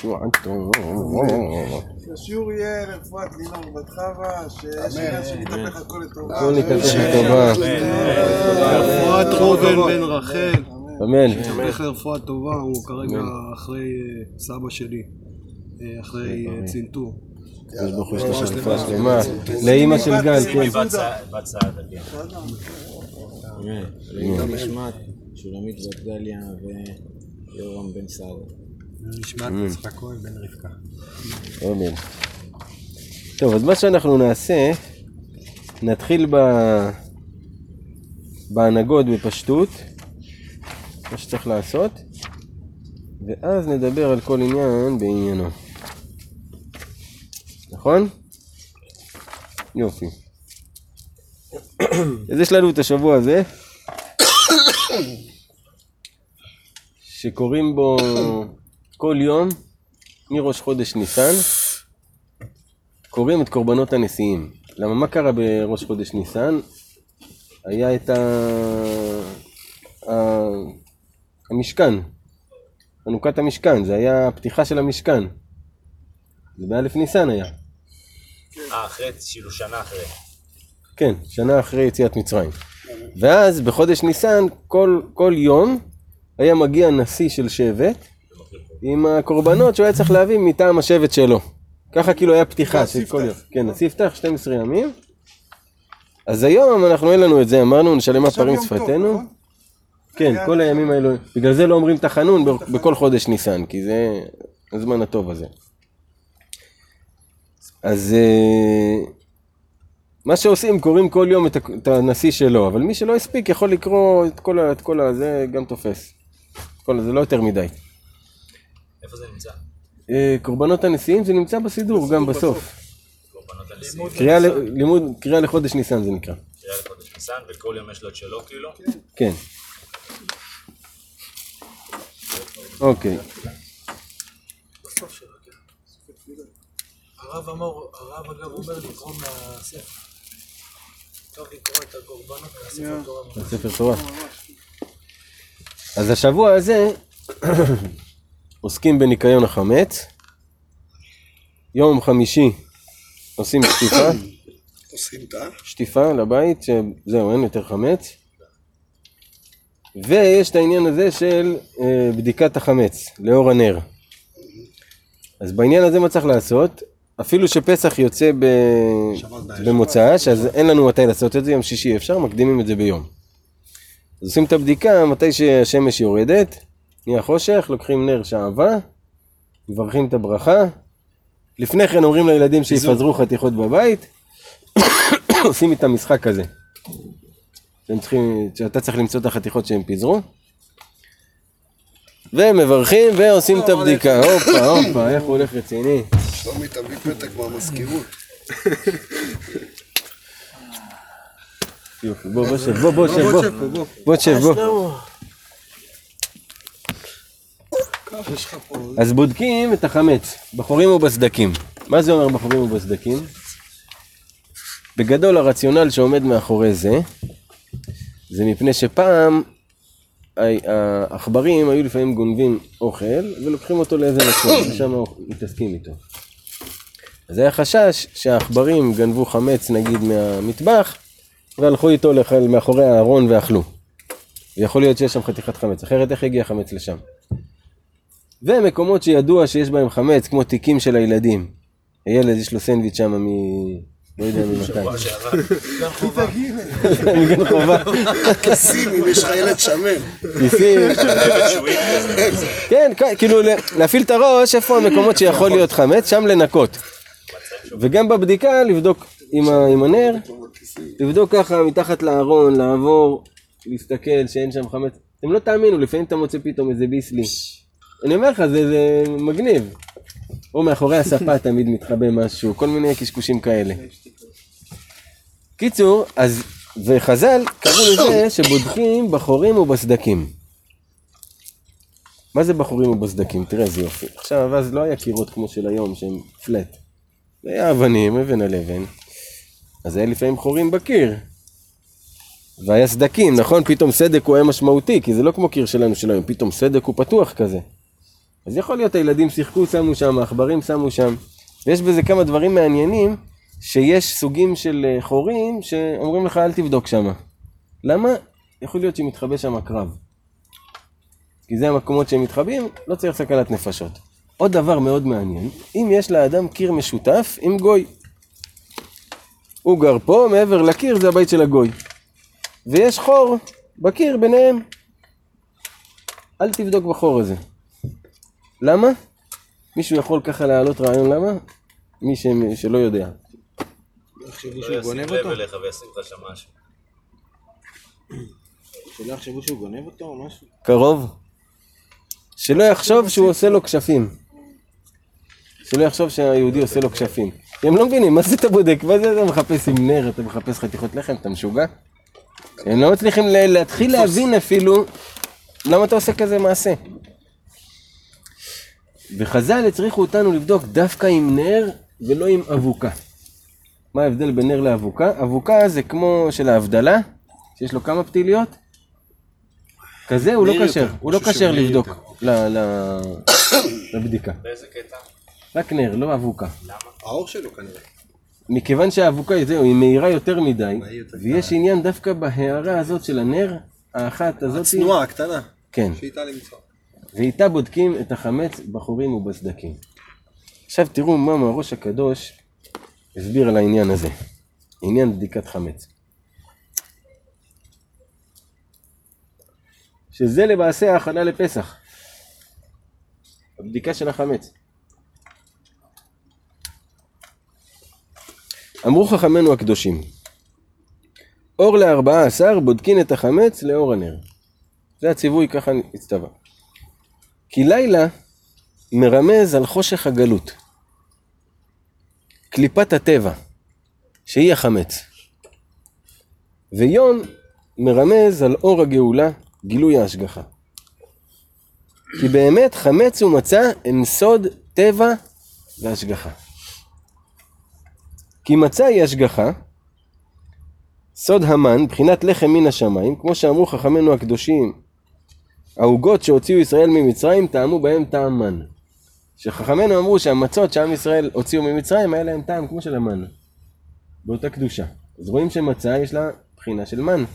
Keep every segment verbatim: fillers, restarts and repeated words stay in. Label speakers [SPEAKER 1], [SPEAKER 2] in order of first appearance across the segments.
[SPEAKER 1] שבוע טוב.
[SPEAKER 2] שהשיעור יהיה לרפואת לינור בת חווה, שיש עניין שמתהפך הכל לטובה.
[SPEAKER 1] הכל מתהפך לטובה.
[SPEAKER 3] רפואת ראובן בן רחל.
[SPEAKER 1] אמן.
[SPEAKER 3] מתהפך לרפואה טובה, הוא כרגע אחרי סבא שלי, אחרי צנתור.
[SPEAKER 1] יש ברוך יש לו רפואה שלמה. לאמא של גל, כן.
[SPEAKER 4] בת סעדה, כן.
[SPEAKER 5] אמן. לעילוי נשמת שולמית בת גליה ויורם בן סעדה.
[SPEAKER 3] נשמת יצחק כהן בן רבקה.
[SPEAKER 1] אמן. טוב, אז מה שאנחנו נעשה, נתחיל ב... בהנהגות בפשטות, מה שצריך לעשות, ואז נדבר על כל עניין בעניינו. נכון? יופי. אז יש לנו את השבוע הזה, שקוראים בו כל יום, מראש חודש ניסן, קוראים את קורבנות הנשיאים. למה, מה קרה בראש חודש ניסן? היה את ה... ה... המשכן, חנוכת המשכן, זה היה הפתיחה של המשכן. זה באלף ניסן היה.
[SPEAKER 4] אה, אחרי, כאילו שנה אחרי.
[SPEAKER 1] כן, שנה אחרי יציאת מצרים. ואז בחודש ניסן, כל, כל יום היה מגיע נשיא של שבט, עם הקורבנות שהוא היה צריך להביא מטעם השבט שלו. ככה כאילו היה פתיחה של כל יום. כן, נשיא יפתח שנים עשר ימים. אז היום אנחנו אין לנו את זה, אמרנו, נשלם הפרים שפתנו. כן, כל הימים האלו, בגלל זה לא אומרים תחנון בכל חודש ניסן, כי זה הזמן הטוב הזה. אז מה שעושים, קוראים כל יום את הנשיא שלו, אבל מי שלא הספיק יכול לקרוא את כל, את כל הזה, גם תופס. כל זה לא יותר מדי.
[SPEAKER 4] איפה זה נמצא?
[SPEAKER 1] קורבנות הנשיאים זה נמצא בסידור, גם בסוף.
[SPEAKER 4] קורבנות הנשיאים.
[SPEAKER 1] קריאה לימוד, קריאה לחודש ניסן זה נקרא.
[SPEAKER 4] קריאה לחודש ניסן, וכל יום יש לו את שלו כאילו?
[SPEAKER 1] כן. אוקיי.
[SPEAKER 3] הרב אמר, הרב אגב אומר לקרוא מהספר. צריך לקרוא את הקורבנות מהספר תורה.
[SPEAKER 1] מהספר תורה. אז השבוע הזה עוסקים בניקיון החמץ. יום חמישי עושים שטיפה.
[SPEAKER 3] עושים את ה?
[SPEAKER 1] שטיפה לבית, שזהו, אין יותר חמץ. ויש את העניין הזה של אה, בדיקת החמץ, לאור הנר. אז בעניין הזה מה צריך לעשות? אפילו שפסח יוצא ב... במוצ"ש, אז אין לנו מתי לעשות את זה, יום שישי אפשר, מקדימים את זה ביום. אז עושים את הבדיקה מתי שהשמש יורדת, נהיה חושך, לוקחים נר שעבה, מברכים את הברכה, לפני כן אומרים לילדים שיפזרו חתיכות בבית, עושים איתם משחק כזה. צריכים, שאתה צריך למצוא את החתיכות שהם פיזרו, ומברכים ועושים את הבדיקה. הופה, הופה, איך הוא הולך רציני.
[SPEAKER 3] שלומי תביא פתק במזכירות.
[SPEAKER 1] יופי, בוא, בוא שב, בוא, בוא שב, בוא. בוא שב, בוא. אז בודקים את החמץ, בחורים ובסדקים. מה זה אומר בחורים ובסדקים? בגדול הרציונל שעומד מאחורי זה, זה מפני שפעם העכברים היו לפעמים גונבים אוכל ולוקחים אותו לאיזה מקום, ושם מתעסקים איתו. אז היה חשש שהעכברים גנבו חמץ נגיד מהמטבח והלכו איתו מאחורי הארון ואכלו. ויכול להיות שיש שם חתיכת חמץ, אחרת איך הגיע חמץ לשם? ומקומות שידוע שיש בהם חמץ, כמו תיקים של הילדים. הילד יש לו סנדוויץ' שם מ... לא יודע ממתי.
[SPEAKER 4] שבוע שעבר.
[SPEAKER 3] גם חובה.
[SPEAKER 1] מגן חובה.
[SPEAKER 3] כיסים, אם יש לך ילד שמן.
[SPEAKER 1] כיסים. כן, כאילו להפעיל את הראש, איפה המקומות שיכול להיות חמץ, שם לנקות. וגם בבדיקה לבדוק עם הנר, לבדוק ככה מתחת לארון, לעבור, להסתכל שאין שם חמץ. אתם לא תאמינו, לפעמים אתה מוצא פתאום איזה ביסלי. אני אומר לך, זה מגניב. או מאחורי הספה תמיד מתחבא משהו, כל מיני קשקושים כאלה. קיצור, אז, וחז"ל קראו לזה שבודקים בחורים ובסדקים. מה זה בחורים ובסדקים? תראה איזה יופי. עכשיו, אז לא היה קירות כמו של היום שהם פלט. זה היה אבנים, אבן על אבן. אז היה לפעמים חורים בקיר. והיה סדקים, נכון? פתאום סדק הוא היה משמעותי, כי זה לא כמו קיר שלנו של היום. פתאום סדק הוא פתוח כזה. אז יכול להיות הילדים שיחקו, שמו שם, העכברים שמו שם, ויש בזה כמה דברים מעניינים, שיש סוגים של חורים שאומרים לך אל תבדוק שם. למה? יכול להיות שמתחבא שם הקרב. כי זה המקומות שהם מתחבאים, לא צריך סכנת נפשות. עוד דבר מאוד מעניין, אם יש לאדם קיר משותף עם גוי. הוא גר פה, מעבר לקיר זה הבית של הגוי. ויש חור בקיר ביניהם. אל תבדוק בחור הזה. למה? מישהו יכול ככה להעלות רעיון למה? מי ש... שלא יודע.
[SPEAKER 4] לא ישים לב אליך וישים לך שם משהו.
[SPEAKER 5] שלא יחשבו שהוא גונב אותו או משהו?
[SPEAKER 1] קרוב. שלא יחשוב שהוא עושה לו כשפים. שלא יחשוב שהיהודי עושה לו כשפים. הם לא מבינים, מה זה אתה בודק? מה זה אתה מחפש עם נר, אתה מחפש חתיכות לחם, אתה משוגע? הם לא מצליחים להתחיל להבין אפילו למה אתה עושה כזה מעשה. וחז"ל הצריכו אותנו לבדוק דווקא עם נר ולא עם אבוקה. מה ההבדל בין נר לאבוקה? אבוקה זה כמו של ההבדלה, שיש לו כמה פתיליות. כזה הוא לא קשר, הוא לא קשר לבדוק לבדיקה.
[SPEAKER 4] באיזה קטע?
[SPEAKER 1] רק נר, לא אבוקה.
[SPEAKER 4] למה?
[SPEAKER 2] האור שלו כנראה.
[SPEAKER 1] מכיוון שהאבוקה היא מהירה יותר מדי, ויש עניין דווקא בהערה הזאת של הנר, האחת הזאת...
[SPEAKER 2] הצנועה, הקטנה.
[SPEAKER 1] כן.
[SPEAKER 2] שאיתה למצוא.
[SPEAKER 1] ואיתה בודקים את החמץ בחורים ובסדקים. עכשיו תראו מה מהראש הקדוש הסביר על העניין הזה. עניין בדיקת חמץ. שזה למעשה ההכנה לפסח. הבדיקה של החמץ. אמרו חכמינו הקדושים, אור לארבעה עשר בודקין את החמץ לאור הנר. זה הציווי, ככה הצטווה. כי לילה מרמז על חושך הגלות, קליפת הטבע, שהיא החמץ. ויום מרמז על אור הגאולה, גילוי ההשגחה. כי באמת חמץ ומצה הם סוד טבע והשגחה. כי מצה היא השגחה, סוד המן, בחינת לחם מן השמיים, כמו שאמרו חכמינו הקדושים, העוגות שהוציאו ישראל ממצרים טעמו בהם טעם מן. שחכמינו אמרו שהמצות שעם ישראל הוציאו ממצרים היה להם טעם כמו של המן, באותה קדושה. אז רואים שמצה יש לה בחינה של מן.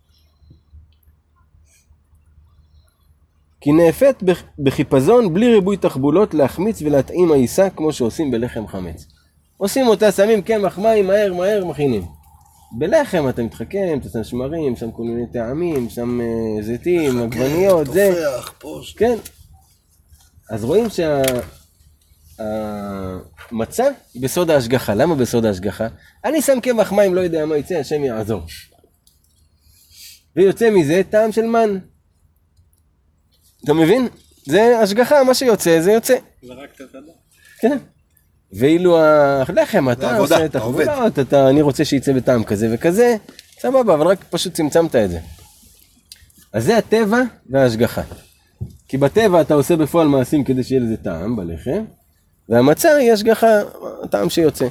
[SPEAKER 1] כי נאפת בחיפזון בלי ריבוי תחבולות להחמיץ ולהטעים העיסה כמו שעושים בלחם חמץ. עושים אותה, שמים קמח מים, מהר מהר מכינים. בלחם אתה מתחכם, אתה שם שמרים, שם כל מיני טעמים, שם uh, זיתים, עגבניות, זה.
[SPEAKER 2] תופח, פוש.
[SPEAKER 1] כן. אז רואים שהמצה היא בסוד ההשגחה. למה בסוד ההשגחה? אני שם קמח מים, לא יודע מה יצא, השם יעזור. ויוצא מזה טעם של מן. אתה מבין? זה השגחה, מה שיוצא, זה יוצא.
[SPEAKER 2] זרקת את הדעת.
[SPEAKER 1] כן. ואילו הלחם, אתה עושה את החבולות, אתה, אני רוצה שיצא בטעם כזה וכזה, סבבה, אבל רק פשוט צמצמת את זה. אז זה הטבע וההשגחה. כי בטבע אתה עושה בפועל מעשים כדי שיהיה לזה טעם בלחם, והמצה היא השגחה, הטעם שיוצא.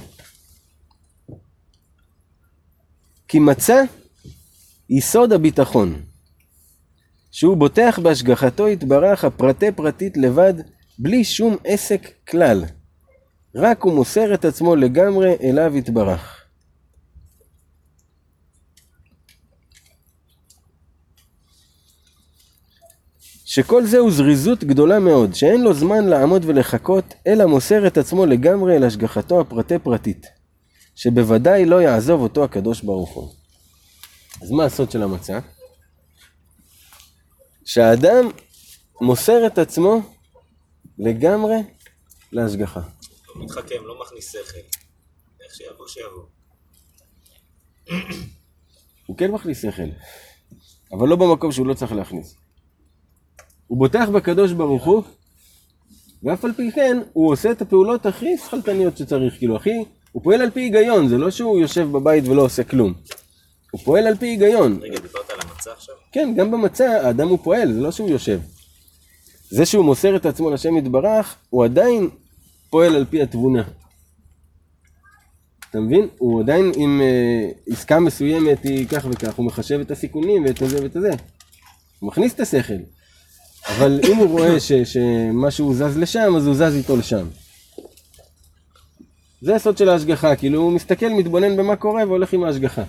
[SPEAKER 1] כי מצה היא סוד הביטחון, שהוא בוטח בהשגחתו יתברך הפרטי פרטית לבד, בלי שום עסק כלל. רק הוא מוסר את עצמו לגמרי אליו יתברך. שכל זה הוא זריזות גדולה מאוד, שאין לו זמן לעמוד ולחכות, אלא מוסר את עצמו לגמרי אל השגחתו הפרטי פרטית, שבוודאי לא יעזוב אותו הקדוש ברוך הוא. אז מה הסוד של המצה? שהאדם מוסר את עצמו לגמרי להשגחה.
[SPEAKER 4] לא מתחכם, לא מכניס שכל. איך שיבוא, שיבוא.
[SPEAKER 1] הוא כן מכניס שכל, אבל לא במקום שהוא לא צריך להכניס. הוא בוטח בקדוש ברוך הוא, ואף על פי כן הוא עושה את הפעולות הכי שכלתניות שצריך, כאילו הכי, הוא פועל על פי היגיון, זה לא שהוא יושב בבית ולא עושה כלום. הוא פועל על פי היגיון.
[SPEAKER 4] רגע, דיברת על המצה עכשיו?
[SPEAKER 1] כן, גם במצה האדם הוא פועל, זה לא שהוא יושב. זה שהוא מוסר את עצמו לשם יתברך, הוא עדיין פועל על פי התבונה. אתה מבין? הוא עדיין עם uh, עסקה מסוימת היא כך וכך, הוא מחשב את הסיכונים ואת הזה ואת הזה. הוא מכניס את השכל. אבל אם הוא רואה ש, שמשהו זז לשם, אז הוא זז איתו לשם. זה הסוד של ההשגחה, כאילו הוא מסתכל, מתבונן במה קורה והולך עם ההשגחה.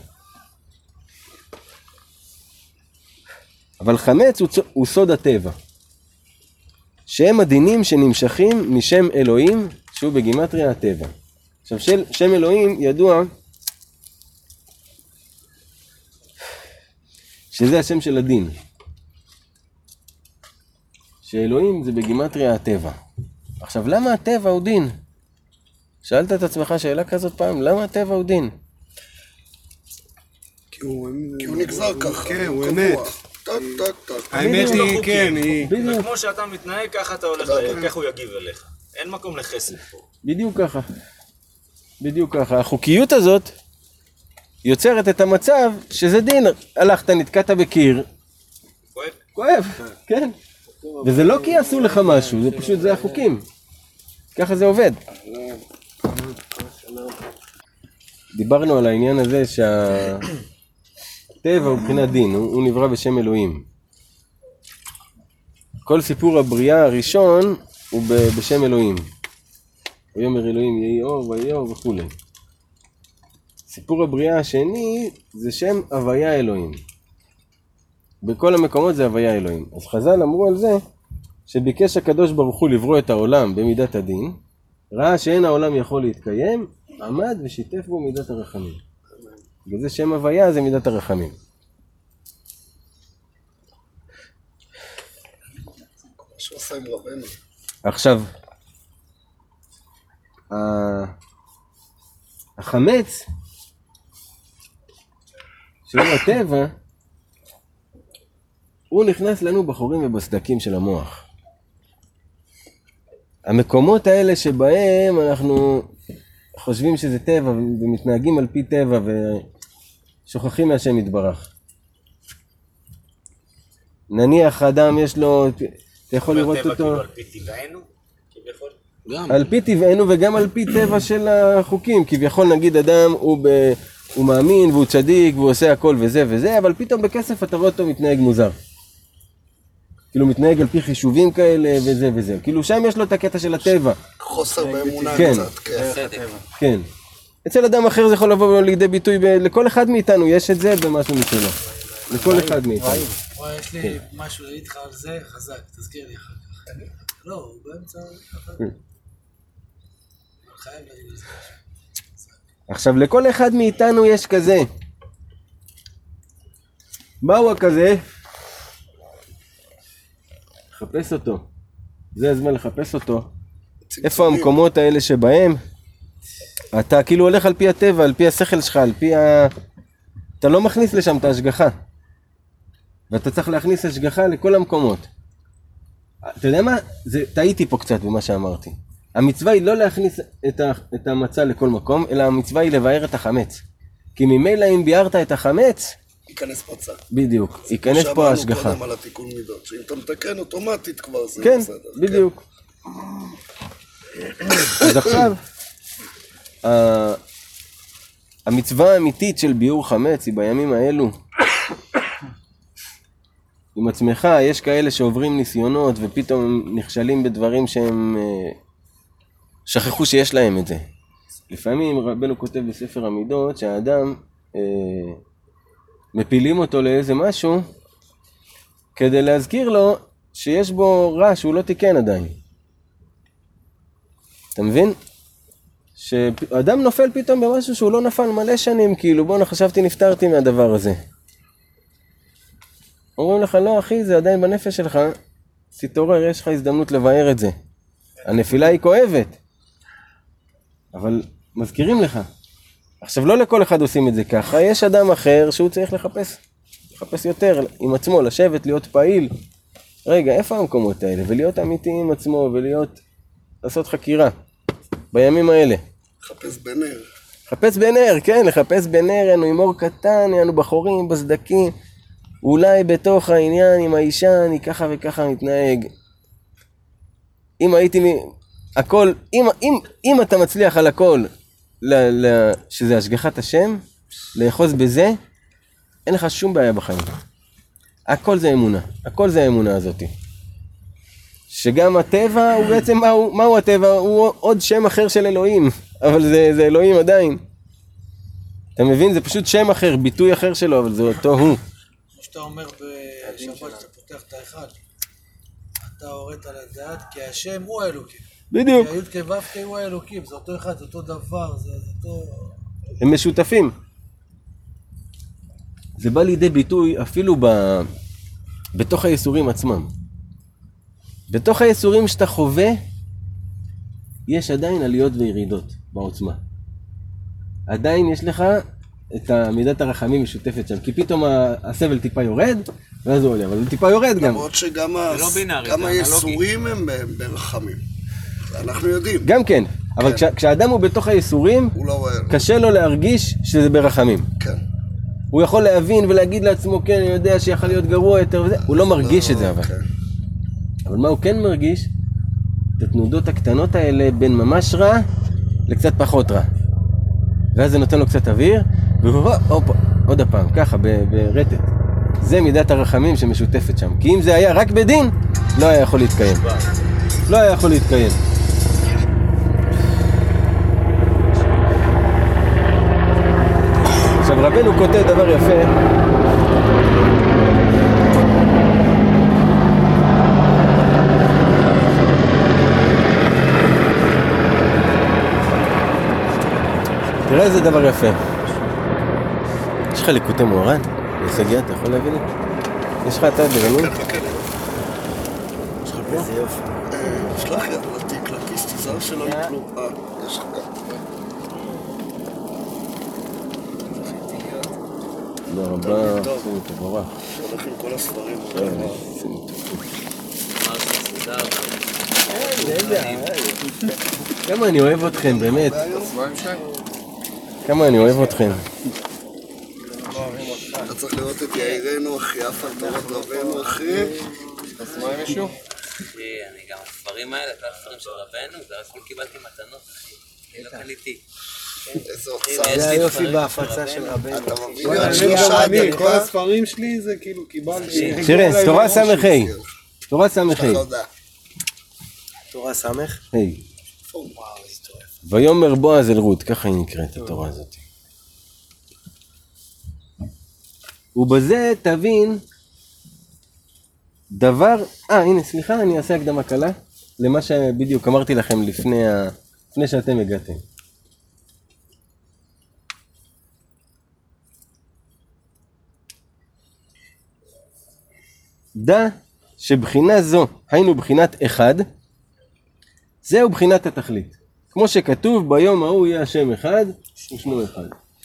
[SPEAKER 1] אבל חמץ הוא, הוא סוד הטבע. שהם הדינים שנמשכים משם אלוהים, שהוא בגימטריה הטבע. עכשיו, של, שם אלוהים ידוע שזה השם של הדין. שאלוהים זה בגימטריה הטבע. עכשיו, למה הטבע הוא דין? שאלת את עצמך שאלה כזאת פעם, למה הטבע הוא דין?
[SPEAKER 6] כי הוא נגזר ככה,
[SPEAKER 2] כן, הוא
[SPEAKER 6] קבוע.
[SPEAKER 2] אמת.
[SPEAKER 6] טק, טק, טק.
[SPEAKER 2] האמת
[SPEAKER 1] בדיוק.
[SPEAKER 2] היא, כן, היא...
[SPEAKER 1] בדיוק,
[SPEAKER 4] וכמו שאתה מתנהג, ככה אתה הולך, ככה הוא יגיב אליך. אין מקום לחסד פה.
[SPEAKER 1] בדיוק ככה. בדיוק ככה. החוקיות הזאת יוצרת את המצב שזה דין. הלכת, נתקעת בקיר.
[SPEAKER 4] כואב.
[SPEAKER 1] כואב, כן. וזה לא כי יעשו לך משהו, זה פשוט, זה החוקים. ככה זה עובד. דיברנו על העניין הזה שהטבע הוא מבחינת דין, הוא, הוא נברא בשם אלוהים. כל סיפור הבריאה הראשון הוא ב, בשם אלוהים. ויאמר אלוהים יהי אור ויהי אור וכו'. סיפור הבריאה השני זה שם הוויה אלוהים. בכל המקומות זה הוויה אלוהים. אז חז"ל אמרו על זה שביקש הקדוש ברוך הוא לברוא את העולם במידת הדין, ראה שאין העולם יכול להתקיים, עמד ושיתף בו מידת הרחמים. וזה שם הוויה, זה מידת הרחמים.
[SPEAKER 6] שהוא עושה עם רבנו.
[SPEAKER 1] עכשיו, החמץ שהוא הטבע, הוא נכנס לנו בחורים ובסדקים של המוח. המקומות האלה שבהם אנחנו חושבים שזה טבע ומתנהגים על פי טבע ושוכחים מהשם יתברך. נניח האדם יש לו, אתה יכול לראות
[SPEAKER 4] טבע
[SPEAKER 1] אותו
[SPEAKER 4] כאילו על פי טבענו, כביכול.
[SPEAKER 1] על פי טבענו וגם על פי טבע של החוקים. כביכול נגיד אדם הוא, ב, הוא מאמין והוא צדיק והוא עושה הכל וזה וזה, אבל פתאום בכסף אתה רואה אותו מתנהג מוזר. כאילו מתנהג על פי חישובים כאלה וזה וזה. כאילו שם יש לו את הקטע של הטבע.
[SPEAKER 6] חוסר באמונה
[SPEAKER 1] כן.
[SPEAKER 6] קצת, כן.
[SPEAKER 1] כן. אצל אדם אחר זה יכול לבוא לידי ביטוי, ב... לכל אחד מאיתנו יש את זה במשהו משלו. לכל אחד מאיתנו.
[SPEAKER 3] וואי, יש לי משהו להגיד לך על זה, חזק, תזכיר לי אחר כך. לא, הוא באמצע... חייב להגיד על זה משהו.
[SPEAKER 1] עכשיו, לכל אחד מאיתנו יש כזה. מהו הכזה? לחפש אותו. זה הזמן לחפש אותו. איפה המקומות האלה שבהם אתה כאילו הולך על פי הטבע, על פי השכל שלך, על פי ה... אתה לא מכניס לשם את ההשגחה. ואתה צריך להכניס השגחה לכל המקומות. אתה יודע מה? זה, טעיתי פה קצת במה שאמרתי. המצווה היא לא להכניס את, ה... את המצה לכל מקום, אלא המצווה היא לבאר את החמץ. כי ממילא אם ביארת את החמץ,
[SPEAKER 6] ייכנס מצה.
[SPEAKER 1] בדיוק, ייכנס פה ההשגחה.
[SPEAKER 6] שאמרנו קודם על התיקון מידות, שאם אתה מתקן אוטומטית כבר זה
[SPEAKER 1] כן,
[SPEAKER 6] בסדר.
[SPEAKER 1] בדיוק. אז עכשיו, ה- המצווה האמיתית של ביאור חמץ היא בימים האלו. עם עצמך, יש כאלה שעוברים ניסיונות ופתאום הם נכשלים בדברים שהם אה, שכחו שיש להם את זה. לפעמים רבנו כותב בספר המידות שהאדם אה, מפילים אותו לאיזה משהו כדי להזכיר לו שיש בו רע שהוא לא תיקן עדיין. אתה מבין? שאדם נופל פתאום במשהו שהוא לא נפל מלא שנים, כאילו בוא חשבתי נפטרתי מהדבר הזה. אומרים לך לא אחי, זה עדיין בנפש שלך, תתעורר, יש לך הזדמנות לבאר את זה. הנפילה היא כואבת, אבל מזכירים לך. עכשיו לא לכל אחד עושים את זה ככה, יש אדם אחר שהוא צריך לחפש, לחפש יותר עם עצמו, לשבת, להיות פעיל. רגע, איפה המקומות האלה? ולהיות אמיתי עם עצמו ולהיות, לעשות חקירה בימים האלה.
[SPEAKER 6] חפש בנר.
[SPEAKER 1] חפש בנר, כן, לחפש בנר, אנו עם אור קטן, אנו בחורים, בסדקים. אולי בתוך העניין עם האישה אני ככה וככה מתנהג. אם הייתי, הכל, אם, אם, אם אתה מצליח על הכל, ל, ל, שזה השגחת השם, לאחוז בזה, אין לך שום בעיה בחיים. הכל זה אמונה, הכל זה האמונה הזאת. שגם הטבע הוא בעצם, מהו, מהו הטבע? הוא עוד שם אחר של אלוהים, אבל זה, זה אלוהים עדיין. אתה מבין? זה פשוט שם אחר, ביטוי אחר שלו, אבל זה אותו הוא.
[SPEAKER 3] כמו שאתה אומר בשבת, שאתה פותח את האחד, אתה הורית על הדעת, כי השם הוא האלוקים.
[SPEAKER 1] בדיוק.
[SPEAKER 3] כי היוד כו' הוא האלוקים, זה אותו אחד, זה אותו דבר, זה, זה אותו...
[SPEAKER 1] הם משותפים. זה בא לידי ביטוי אפילו ב... בתוך היסורים עצמם. בתוך היסורים שאתה חווה, יש עדיין עליות וירידות בעוצמה. עדיין יש לך את מידת הרחמים משותפת שם, כי פתאום הסבל טיפה יורד, ואז הוא עולה, אבל הוא טיפה יורד גם.
[SPEAKER 6] למרות שגם ה-
[SPEAKER 4] לא בינארי,
[SPEAKER 6] גם
[SPEAKER 4] זה
[SPEAKER 6] היסורים הם ב- ברחמים. אנחנו יודעים.
[SPEAKER 1] גם כן, אבל כש, כשאדם הוא בתוך היסורים,
[SPEAKER 6] הוא לא רואה.
[SPEAKER 1] קשה לו להרגיש שזה ברחמים.
[SPEAKER 6] כן.
[SPEAKER 1] הוא יכול להבין ולהגיד לעצמו, כן, אני יודע שיכול להיות גרוע יותר וזה, הוא לא מרגיש את זה אבל.
[SPEAKER 6] כן.
[SPEAKER 1] אבל מה הוא כן מרגיש? את התנודות הקטנות האלה בין ממש רע לקצת פחות רע. ואז זה נותן לו קצת אוויר, והוא הופה, עוד הפעם, ככה, ב- ברטט. זה מידת הרחמים שמשותפת שם. כי אם זה היה רק בדין, לא היה יכול להתקיים. לא היה יכול להתקיים. עכשיו רבנו כותב דבר יפה. תראה איזה דבר יפה. יש לך ליקוטי מוהר"ן? לסגיה, אתה יכול להביא לי? יש לך אתה ברענון?
[SPEAKER 6] יש לך פה? איזה יופי. שלח יד לתיק, לכיס, תיזהר שלא יקלו. אה, יש לך גם.
[SPEAKER 1] תודה רבה, שימו תבורך.
[SPEAKER 6] שהולך עם כל הספרים.
[SPEAKER 1] שימו תבורך. כמה אני אוהב אתכם, באמת. כמה אני אוהב אתכם.
[SPEAKER 6] אתה צריך לראות את יאירנו, אחי, אף על תורת רבנו, אחי.
[SPEAKER 7] אז מה עם מישהו?
[SPEAKER 8] אני גם הספרים האלה, כל הספרים של רבנו, זה הכל קיבלתי מתנות, אחי. אני לא קליתי.
[SPEAKER 6] איזה אוצר.
[SPEAKER 5] זה היופי בהפצה של רבנו.
[SPEAKER 6] אתה מביא לי עוד שלושה
[SPEAKER 7] אני, כל
[SPEAKER 6] דקה.
[SPEAKER 7] הספרים שלי זה כאילו קיבלתי.
[SPEAKER 1] תראה, תורה סמכי. תורה סמכי.
[SPEAKER 6] תודה.
[SPEAKER 5] תורה סמך?
[SPEAKER 1] היי. ויאמר בועז אל רות, ככה היא נקראת התורה הזאת. ובזה תבין דבר, אה הנה סליחה, אני אעשה הקדמה קלה למה שבדיוק אמרתי לכם לפני, ה... לפני שאתם הגעתם. דע שבחינה זו, היינו בחינת אחד, זהו בחינת התכלית. כמו שכתוב, ביום ההוא יהיה השם אחד ושמו אחד.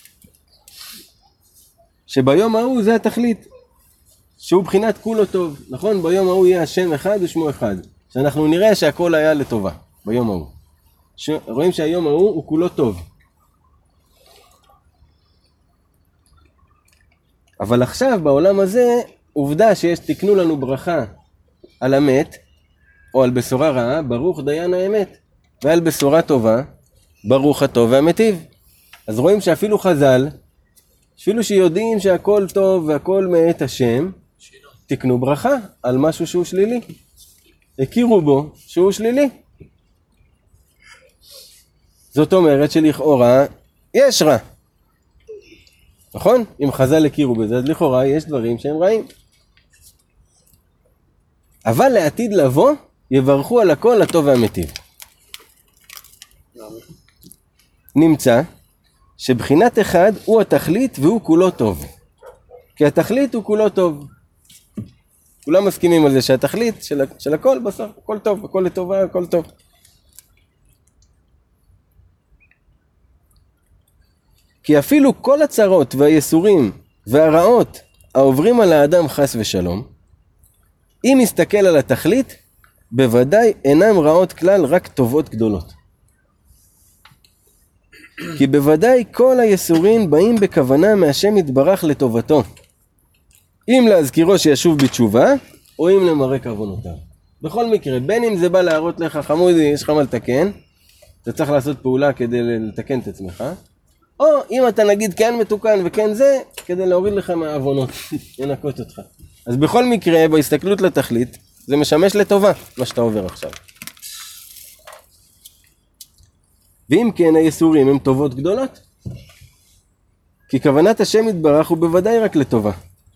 [SPEAKER 1] שביום ההוא זה התכלית, שהוא בחינת כולו טוב, נכון? ביום ההוא יהיה השם אחד ושמו אחד. שאנחנו נראה שהכל היה לטובה, ביום ההוא. ש... רואים שהיום ההוא הוא כולו טוב. אבל עכשיו בעולם הזה, עובדה שיש תקנו לנו ברכה על המת, או על בשורה רעה, ברוך דיין האמת. ועל בשורה טובה, ברוך הטוב והמטיב. אז רואים שאפילו חז"ל, אפילו שיודעים שהכל טוב והכל מאת השם, תקנו ברכה על משהו שהוא שלילי. הכירו בו שהוא שלילי. זאת אומרת שלכאורה יש רע. נכון? אם חז"ל הכירו בזה, אז לכאורה יש דברים שהם רעים. אבל לעתיד לבוא, יברכו על הכל הטוב והמטיב. נמצא שבחינת אחד הוא התכלית והוא כולו טוב. כי התכלית הוא כולו טוב. כולם מסכימים על זה שהתכלית של, של הכל בסוף, הכל טוב, הכל לטובה, הכל טוב. כי אפילו כל הצרות והייסורים והרעות העוברים על האדם חס ושלום, אם מסתכל על התכלית, בוודאי אינם רעות כלל, רק טובות גדולות. כי בוודאי כל הייסורים באים בכוונה מהשם יתברך לטובתו. אם להזכירו שישוב בתשובה, או אם למרק עוונותיו. בכל מקרה, בין אם זה בא להראות לך, חמודי, יש לך מה לתקן, אתה צריך לעשות פעולה כדי לתקן את עצמך, או אם אתה נגיד כן מתוקן וכן זה, כדי להוריד לך מהעוונות, לנקות אותך. אז בכל מקרה, בהסתכלות לתכלית, זה משמש לטובה, מה שאתה עובר עכשיו. ואם כן, היסורים הם טובות גדולות. כי כוונת השם יתברך הוא בוודאי רק לטובה.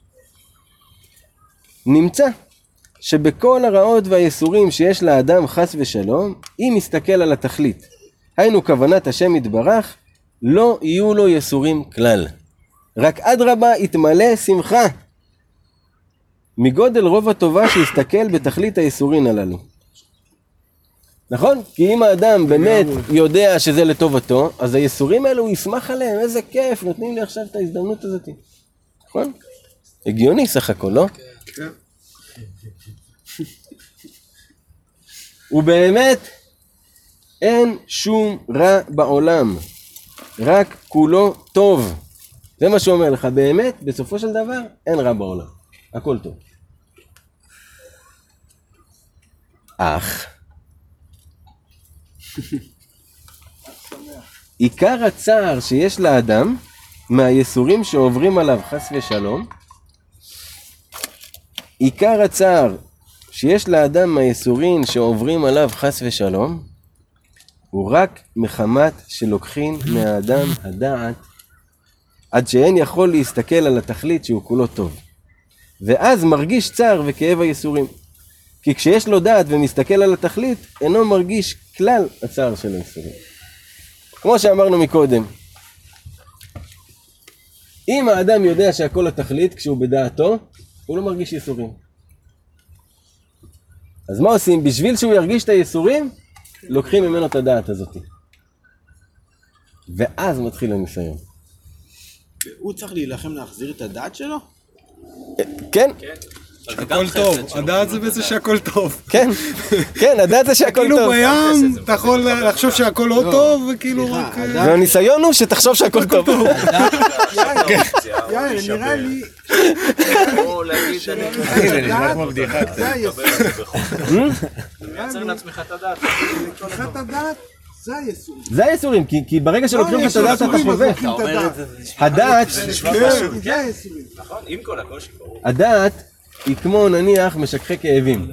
[SPEAKER 1] נמצא שבכל הרעות והיסורים שיש לאדם חס ושלום, אם מסתכל על התכלית, היינו כוונת השם יתברך, לא יהיו לו יסורים כלל. רק אדרבה יתמלא שמחה מגודל רוב הטובה שיסתכל בתכלית היסורין הללו. נכון? כי אם האדם באמת יודע שזה לטובתו, אז היסורים האלו הוא ישמח עליהם, איזה כיף, נותנים לי עכשיו את ההזדמנות הזאת. נכון? הגיוני סך הכל, לא?
[SPEAKER 2] כן.
[SPEAKER 1] ובאמת אין שום רע בעולם, רק כולו טוב. זה מה שאומר לך, באמת, בסופו של דבר, אין רע בעולם. הכל טוב. אך, עיקר הצער שיש לאדם, מהיסורים שעוברים עליו חס ושלום, עיקר הצער שיש לאדם מהיסורים שעוברים עליו חס ושלום, הוא רק מחמת שלוקחין מהאדם הדעת, עד שאין יכול להסתכל על התכלית שהוא כולו טוב. ואז מרגיש צער וכאב היסורים. כי כשיש לו דעת ומסתכל על התכלית, אינו מרגיש כלל הצער של היסורים. כמו שאמרנו מקודם, אם האדם יודע שהכל התכלית, כשהוא בדעתו, הוא לא מרגיש יסורים. אז מה עושים? בשביל שהוא ירגיש את היסורים, לוקחים ממנו את הדעת הזאת. ואז מתחיל הניסיון.
[SPEAKER 9] הוא צריך להילחם להחזיר את הדעת שלו?
[SPEAKER 1] כן?
[SPEAKER 7] הכל טוב, הדעת זה בעצם שהכל טוב.
[SPEAKER 1] כן, כן, הדעת זה שהכל
[SPEAKER 7] כאילו
[SPEAKER 1] טוב.
[SPEAKER 7] בים, אתה יכול לחשוב שהכל לא טוב, וכאילו רק...
[SPEAKER 1] והניסיון הוא שתחשוב שהכל טוב.
[SPEAKER 2] יאיר, נראה לי...
[SPEAKER 4] או להגיד שאני...
[SPEAKER 9] זה נשמע כמו בדיחה קצת.
[SPEAKER 2] זה היסוד.
[SPEAKER 4] מייצר לעצמך את הדעת.
[SPEAKER 2] לקיחת הדעת, זה היסוד.
[SPEAKER 1] זה היסורים, כי, כי ברגע שלוקחים לך את הדעת אתה חווה.
[SPEAKER 2] לוקחים את הדעת.
[SPEAKER 1] הדעת,
[SPEAKER 2] זה היסורים.
[SPEAKER 4] נכון, עם כל הקושי.
[SPEAKER 1] הדעת היא כמו נניח משככי כאבים.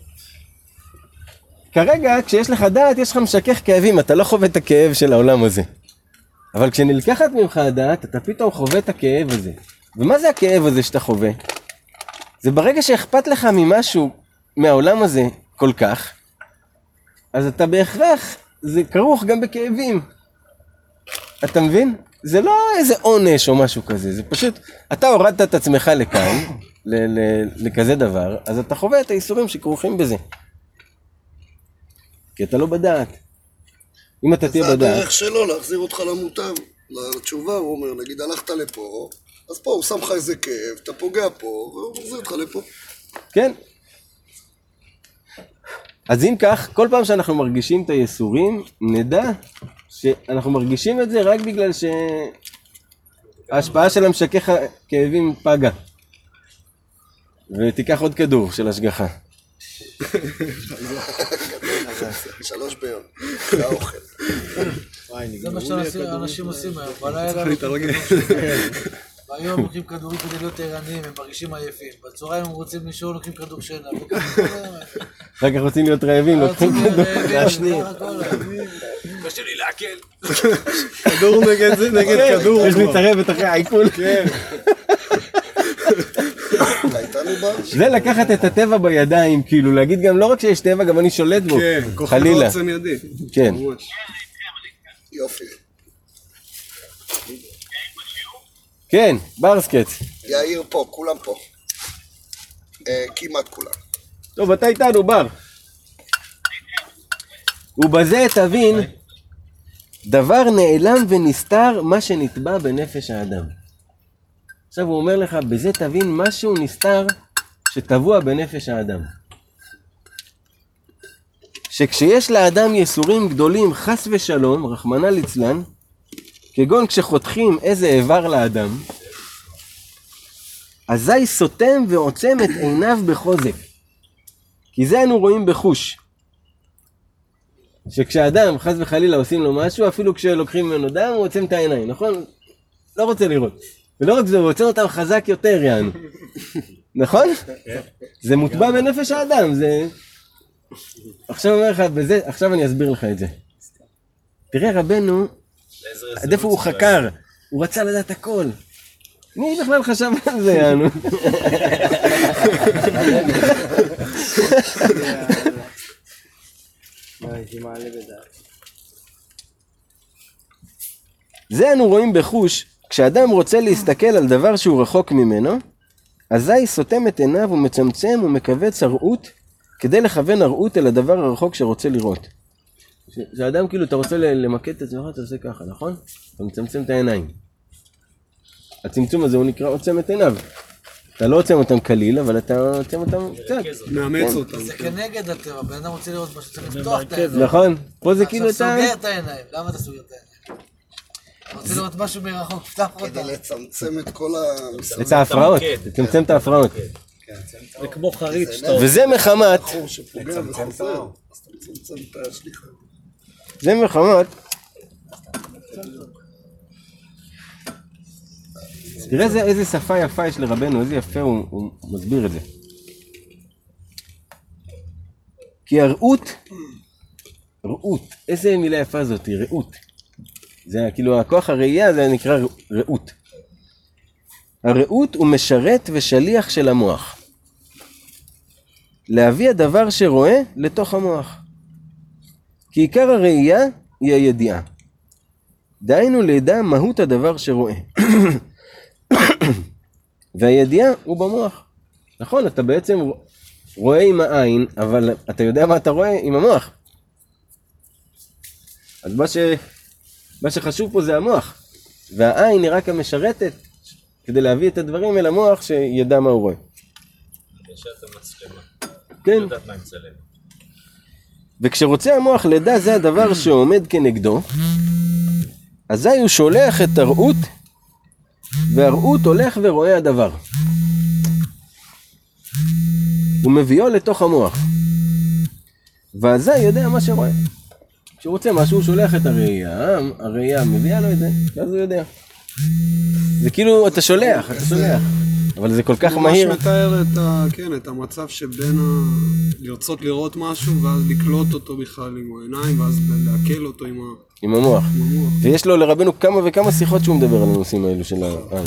[SPEAKER 1] כרגע כשיש לך דעת יש לך משכך כאבים, אתה לא חווה את הכאב של העולם הזה. אבל כשנלקחת ממך הדעת אתה פתאום חווה את הכאב הזה. ומה זה הכאב הזה שאתה חווה? זה ברגע שאכפת לך ממשהו מהעולם הזה כל כך, אז אתה בהכרח, זה כרוך גם בכאבים. אתה מבין? זה לא איזה עונש או משהו כזה, זה פשוט, אתה הורדת את עצמך לכאן, ל- ל- לכזה דבר, אז אתה חווה את האיסורים שכרוכים בזה. כי אתה לא בדעת. אם אתה תהיה
[SPEAKER 6] זה
[SPEAKER 1] בדעת...
[SPEAKER 6] הדרך שלו להחזיר אותך למוטב, לתשובה, הוא אומר, נגיד הלכת לפה, אז פה הוא שם לך איזה כאב, אתה פוגע פה, והוא מחזיר אותך לפה.
[SPEAKER 1] כן. אז אם כך, כל פעם שאנחנו מרגישים את היסורים, נדע שאנחנו מרגישים את זה רק בגלל שההשפעה של המשכך הכאבים פגה. ותיקח עוד כדור של השגחה.
[SPEAKER 6] שלוש ביום, זה האוכל.
[SPEAKER 3] זה מה שאנשים עושים היום, בלילה ביום לוקחים כדורים כדי להיות ערניים, הם מרגישים עייפים, בצהריים הם רוצים לישון, לוקחים כדור שינה,
[SPEAKER 1] רק רוצים להיות רעבים, לוקחים כדור להשניר.
[SPEAKER 4] קשה לי לעכל.
[SPEAKER 7] כדור נגד כדור.
[SPEAKER 1] יש לי צרבת אחרי העיכול.
[SPEAKER 7] כן.
[SPEAKER 1] זה לקחת את הטבע בידיים, כאילו להגיד גם לא רק שיש טבע, גם אני שולט בו.
[SPEAKER 7] כן,
[SPEAKER 1] חלילה.
[SPEAKER 7] כוחנות זה מיידי.
[SPEAKER 1] כן.
[SPEAKER 6] יופי.
[SPEAKER 1] כן, ברסקט.
[SPEAKER 6] יאיר פה, כולם פה. אה, כמעט כולם.
[SPEAKER 1] טוב, אתה איתנו, בר. ובזה תבין, דבר נעלם ונסתר מה שנטבע בנפש האדם. עכשיו הוא אומר לך, בזה תבין משהו נסתר שטבוע בנפש האדם. שכשיש לאדם יסורים גדולים חס ושלום, רחמנא ליצלן, כגון כשחותכים איזה איבר לאדם, אזי סותם ועוצם את עיניו בחוזק. כי זה אנו רואים בחוש. שכשאדם חס וחלילה עושים לו משהו, אפילו כשלוקחים ממנו דם, הוא עוצם את העיניים, נכון? לא רוצה לראות. ולא רק זה, הוא עוצר אותם חזק יותר, יענו. נכון? זה מוטבע בנפש האדם, זה... עכשיו אומר לך, בזה, עכשיו אני אסביר לך את זה. תראה רבנו, עד איפה הוא חקר, הוא רצה לדעת הכל. מי בכלל חשב על זה, יענו? זה אנו רואים בחוש, כשאדם רוצה להסתכל על דבר שהוא רחוק ממנו, אזי סותם את עיניו ומצמצם ומכווץ הראות, כדי לכוון הראות אל הדבר הרחוק שרוצה לראות. כשאדם כאילו, אתה רוצה למקד את עצמך, אתה עושה ככה, נכון? אתה מצמצם את העיניים. הצמצום הזה הוא נקרא עוצם את עיניו. אתה לא עוצם אותם כליל, אבל אתה עוצם אותם קצת.
[SPEAKER 7] מאמץ אותם.
[SPEAKER 3] זה כנגד הטבע, בן אדם רוצה לראות משהו, צריך לפתוח את העיניים.
[SPEAKER 1] נכון? פה זה כאילו אתה...
[SPEAKER 3] סוגר את העיניים, למה אתה סוגר את העיניים? אתה רוצה לראות משהו מרחוק, פתח אותם.
[SPEAKER 6] כדי לצמצם את כל ה...
[SPEAKER 1] את ההפרעות, תצמצם את ההפרעות.
[SPEAKER 3] זה כמו חריץ.
[SPEAKER 1] וזה מחמת,
[SPEAKER 6] בחור שפוגע וחוזר, אז אתה מצמצם את השליחה.
[SPEAKER 1] זה מחמת, תראה איזה, איזה שפה יפה יש לרבנו, איזה יפה הוא, הוא מסביר את זה. כי הראות, ראות, איזה מילה יפה זאת, ראות. זה כאילו הכוח הראייה, זה נקרא ראות. הראות הוא משרת ושליח של המוח. להביא הדבר שרואה לתוך המוח. כי עיקר הראייה היא הידיעה. דהיינו לידע מהות הדבר שרואה. והידיעה הוא במוח. נכון, אתה בעצם רואה עם העין, אבל אתה יודע מה אתה רואה עם המוח. אז מה, ש... מה שחשוב פה זה המוח. והעין היא רק המשרתת כדי להביא את הדברים אל המוח שידע מה הוא רואה.
[SPEAKER 4] יש את המצלמה.
[SPEAKER 1] כן.
[SPEAKER 4] לא יודעת מה מצלם.
[SPEAKER 1] וכשרוצה המוח לדע זה הדבר שעומד כנגדו, אזי הוא שולח את הראות, והראות הולך ורואה הדבר. הוא מביאו לתוך המוח. ואזי יודע מה שרואה. כשהוא רוצה משהו, הוא שולח את הראייה, הראייה מביאה לו את זה, ואז הוא יודע. זה כאילו, אתה שולח, אתה שולח. אבל זה כל כך מהיר.
[SPEAKER 7] ממש מתאר את, ה, כן, את המצב שבין ה... לרצות לראות משהו, ואז לקלוט אותו בכלל עם העיניים, ואז להקל אותו עם, ה...
[SPEAKER 1] עם המוח.
[SPEAKER 7] עם המוח.
[SPEAKER 1] ויש לו לרבנו כמה וכמה שיחות שהוא מדבר על הנושאים האלו של העין.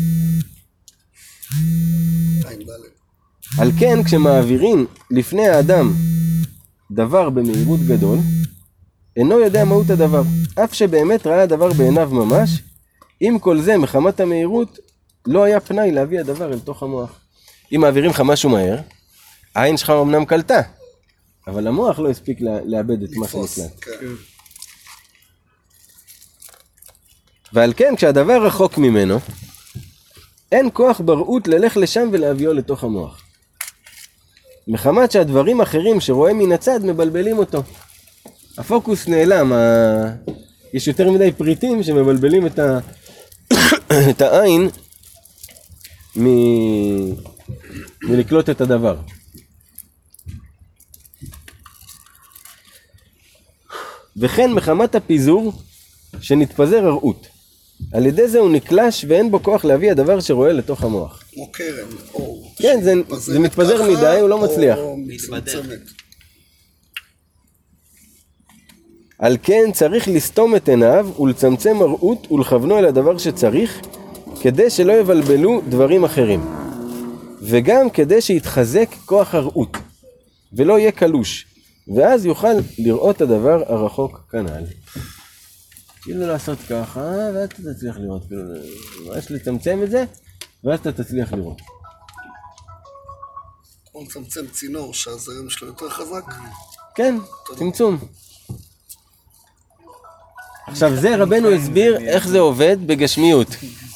[SPEAKER 1] על כן, כשמעבירים לפני האדם דבר במהירות גדול, אינו יודע מהות הדבר. אף שבאמת ראה הדבר בעיניו ממש, עם כל זה, מחמת המהירות, לא היה פנאי להביא הדבר אל תוך המוח. אם מעבירים לך משהו מהר, העין שלך אמנם קלטה, אבל המוח לא הספיק לה, לאבד את מה שנקלט.
[SPEAKER 6] כן.
[SPEAKER 1] ועל כן, כשהדבר רחוק ממנו, אין כוח בראות ללך לשם ולהביאו לתוך המוח. מחמת שהדברים אחרים שרואה מן הצד מבלבלים אותו. הפוקוס נעלם, ה... יש יותר מדי פריטים שמבלבלים את, ה... את העין מ... מלקלוט את הדבר. וכן מחמת הפיזור שנתפזר הראות. על ידי זה הוא נקלש ואין בו כוח להביא הדבר שרואה לתוך המוח.
[SPEAKER 6] כמו קרן, אור.
[SPEAKER 1] כן, זה, זה מתפזר מדי, הוא לא מצליח.
[SPEAKER 6] או מצמצמת.
[SPEAKER 1] על כן צריך לסתום את עיניו ולצמצם הראות ולכוונו אל הדבר שצריך, כדי שלא יבלבלו דברים אחרים. וגם כדי שיתחזק כוח הראות, ולא יהיה קלוש, ואז יוכל לראות הדבר הרחוק כנ"ל. כאילו לעשות ככה, ואז אתה תצליח לראות. ממש לצמצם את זה, ואז אתה תצליח לראות.
[SPEAKER 6] או לצמצם צינור שהזרם שלו יותר חזק.
[SPEAKER 1] כן, צמצום. עכשיו זה רבנו הסביר איך זה עובד בגשמיות.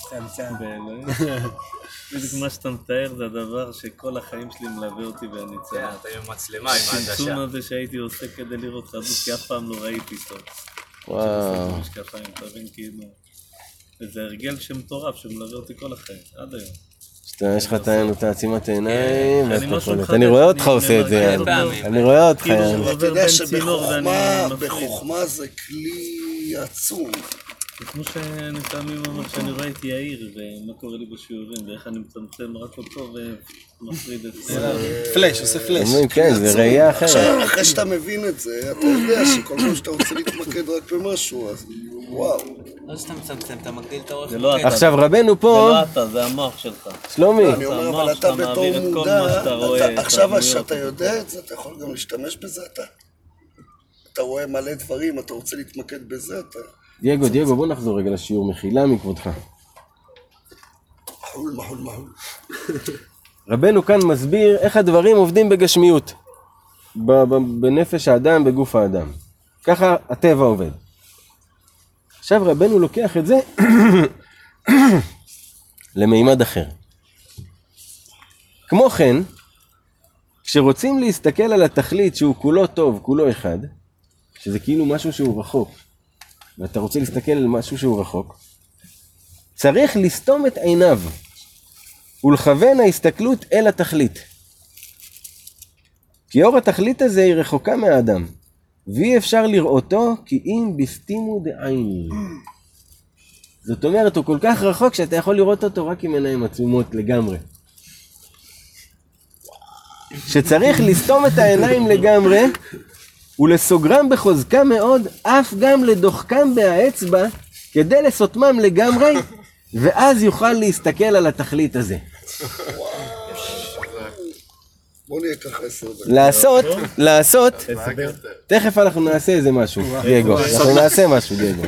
[SPEAKER 10] בדיוק מה שאתה מתאר זה הדבר שכל החיים שלי מלווה אותי ואני
[SPEAKER 4] כן, אתה עם מצלמה, עם העדשה.
[SPEAKER 10] הצמצום הזה שהייתי עושה כדי לראות חדות, כי אף פעם לא ראיתי טוב.
[SPEAKER 1] וואו.
[SPEAKER 10] משקפיים, תבין כאילו, איזה הרגל שמטורף שמלווה אותי כל החיים, עד היום.
[SPEAKER 1] יש לך את העצימת העיניים,
[SPEAKER 10] אני
[SPEAKER 1] אני רואה אותך עושה את זה, אני רואה אותך.
[SPEAKER 6] אתה יודע שבחוכמה זה כלי עצום.
[SPEAKER 10] זה כמו שאני פעמים אומר שאני רואה את יאיר ומה קורה לי בשיעורים ואיך אני מצמצם רק אותו ומפריד את זה.
[SPEAKER 9] פלאש, עושה פלאש.
[SPEAKER 1] אומרים, כן, זה ראייה אחרת.
[SPEAKER 6] עכשיו, אחרי שאתה מבין את זה, אתה יודע שכל פעם שאתה רוצה להתמקד רק במשהו, אז וואו.
[SPEAKER 8] לא שאתה מצמצם, אתה מגדיל את האורך.
[SPEAKER 10] זה לא אתה.
[SPEAKER 1] עכשיו רבנו
[SPEAKER 10] זה
[SPEAKER 1] פה,
[SPEAKER 10] לא אתה, זה המוח שלך.
[SPEAKER 1] שלומי,
[SPEAKER 6] אני אומר, אבל אתה בתור מודע, אתה- עכשיו שאתה יודע את זה, אתה יכול גם להשתמש בזה, אתה... אתה רואה מלא דברים, אתה רוצה להתמקד בזה, אתה...
[SPEAKER 1] דייגו, דייגו, בוא נחזור רגע לשיעור, מחילה מכבודך.
[SPEAKER 6] מחול, מחול, מחול.
[SPEAKER 1] רבנו כאן מסביר איך הדברים עובדים בגשמיות. ב- ב- בנפש האדם, בגוף האדם. ככה הטבע עובד. עכשיו רבנו לוקח את זה למימד אחר. כמו כן, כשרוצים להסתכל על התכלית שהוא כולו טוב, כולו אחד, שזה כאילו משהו שהוא רחוק, ואתה רוצה להסתכל על משהו שהוא רחוק, צריך לסתום את עיניו ולכוון ההסתכלות אל התכלית. כי אור התכלית הזה היא רחוקה מהאדם, ואי אפשר לראותו כי אם בסתימו דעין. זאת אומרת, הוא כל כך רחוק שאתה יכול לראות אותו רק עם עיניים עצומות לגמרי. שצריך לסתום את העיניים לגמרי ולסוגרם בחוזקה מאוד, אף גם לדוחקם באצבע כדי לסותמם לגמרי, ואז יוכל להסתכל על התכלית הזה.
[SPEAKER 6] בוא נהיה ככה עשר דקות.
[SPEAKER 1] לעשות, לעשות, תכף אנחנו נעשה איזה משהו, דייגו, אנחנו נעשה משהו, דייגו.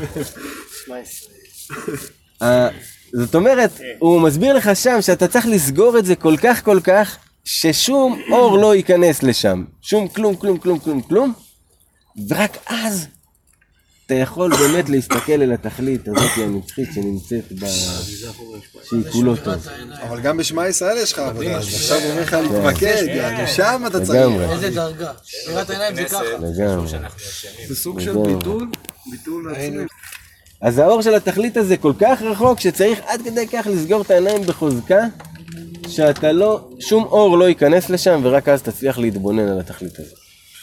[SPEAKER 1] אה, זאת אומרת, הוא מסביר לך שם שאתה צריך לסגור את זה כל כך כל כך, ששום אור לא ייכנס לשם, שום כלום, כלום, כלום, כלום, כלום, ורק אז אתה יכול באמת להסתכל אל התכלית הזאת הנצחית שנמצאת ב... שהיא כולו טוב.
[SPEAKER 2] אבל גם בשמע ישראל יש לך עבודה, אז עכשיו הוא אומר לך להתמקד, יענו, שם אתה צריך.
[SPEAKER 1] לגמרי,
[SPEAKER 3] איזה דרגה? שמירת העיניים זה ככה.
[SPEAKER 1] לגמרי.
[SPEAKER 7] זה סוג של ביטול, ביטול עצמי.
[SPEAKER 1] אז האור של התכלית הזה כל כך רחוק שצריך עד כדי כך לסגור את העיניים בחוזקה, שאתה לא, שום אור לא ייכנס לשם, ורק אז תצליח להתבונן על התכלית הזאת.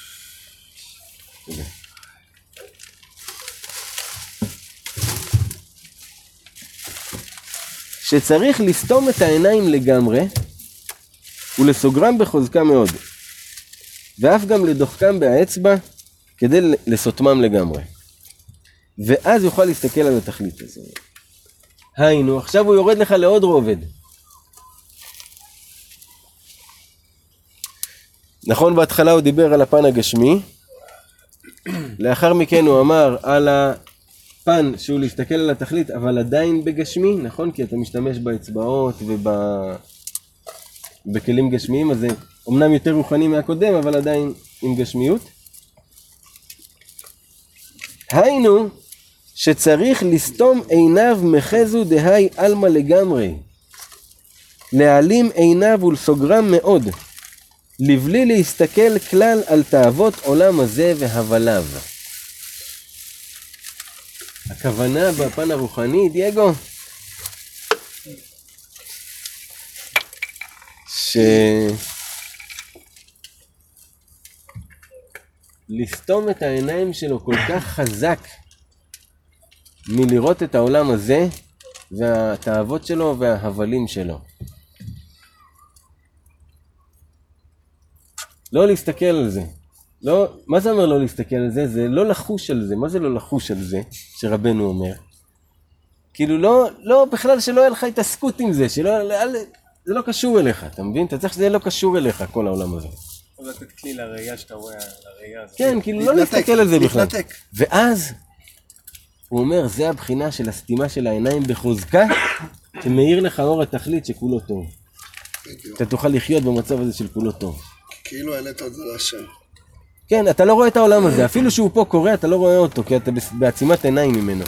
[SPEAKER 1] שצריך לסתום את העיניים לגמרי ולסוגרם בחוזקה מאוד, ואף גם לדוחקם באצבע כדי לסותמם לגמרי, ואז יוכל להסתכל על התכלית הזאת. היינו, עכשיו הוא יורד לך לעוד רובד. נכון, בהתחלה הוא דיבר על הפן הגשמי, לאחר מכן הוא אמר על הפן שהוא להסתכל על התכלית, אבל עדיין בגשמי, נכון? כי אתה משתמש באצבעות ובכלים גשמיים, אז זה אומנם יותר רוחני מהקודם, אבל עדיין עם גשמיות. היינו, שצריך לסתום עיניו מחזו דהי אלמה לגמרי, להעלים עיניו ולסוגרם מאוד, לבלי להסתכל כלל על תאוות עולם הזה והבליו. הכוונה בפן הרוחני, דייגו, ש... לסתום את העיניים שלו כל כך חזק מלראות את העולם הזה והתאוות שלו וההבלים שלו. לא להסתכל על זה. לא, מה זה אומר לא להסתכל על זה? זה לא לחוש על זה. מה זה לא לחוש על זה שרבנו אומר? כאילו לא, לא בכלל שלא יהיה לך התעסקות עם זה, שלא, זה לא קשור אליך, אתה מבין? אתה צריך שזה יהיה לא קשור אליך, כל העולם הזה.
[SPEAKER 5] אבל לתת כלי לראייה שאתה רואה, לראייה הזאת.
[SPEAKER 1] כן, כאילו לא להסתכל על זה בכלל. ואז הוא אומר, זה הבחינה של הסתימה של העיניים בחוזקה, שמאיר לך אור התכלית שכולו טוב. אתה תוכל לחיות במצב הזה של כולו טוב.
[SPEAKER 6] כאילו העלית את זה להשם.
[SPEAKER 1] כן, אתה לא רואה את העולם הזה, אפילו שהוא פה קורא, אתה לא רואה אותו, כי אתה בעצימת עיניים ממנו.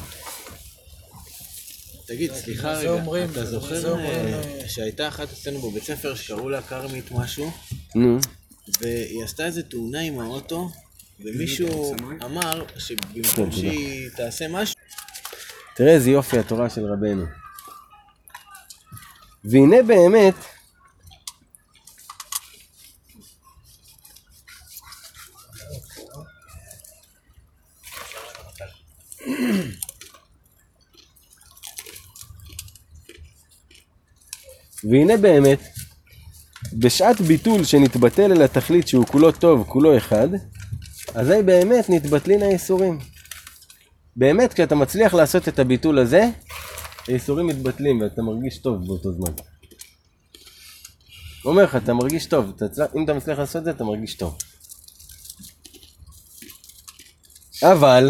[SPEAKER 9] תגיד, סליחה רגע, אתה זוכר שהייתה אחת אצלנו בבית ספר שקראו לה קרמית משהו,
[SPEAKER 1] נו.
[SPEAKER 9] והיא עשתה איזה תאונה עם האוטו, ומישהו אמר שבמקום שהיא תעשה משהו...
[SPEAKER 1] תראה איזה יופי התורה של רבנו. והנה באמת, והנה באמת, בשעת ביטול שנתבטל אל התכלית שהוא כולו טוב, כולו אחד, אזי באמת נתבטלין האיסורים. באמת כשאתה מצליח לעשות את הביטול הזה, האיסורים מתבטלים ואתה מרגיש טוב באותו זמן. הוא אומר לך, אתה מרגיש טוב, אתה, אם אתה מצליח לעשות את זה, אתה מרגיש טוב. אבל,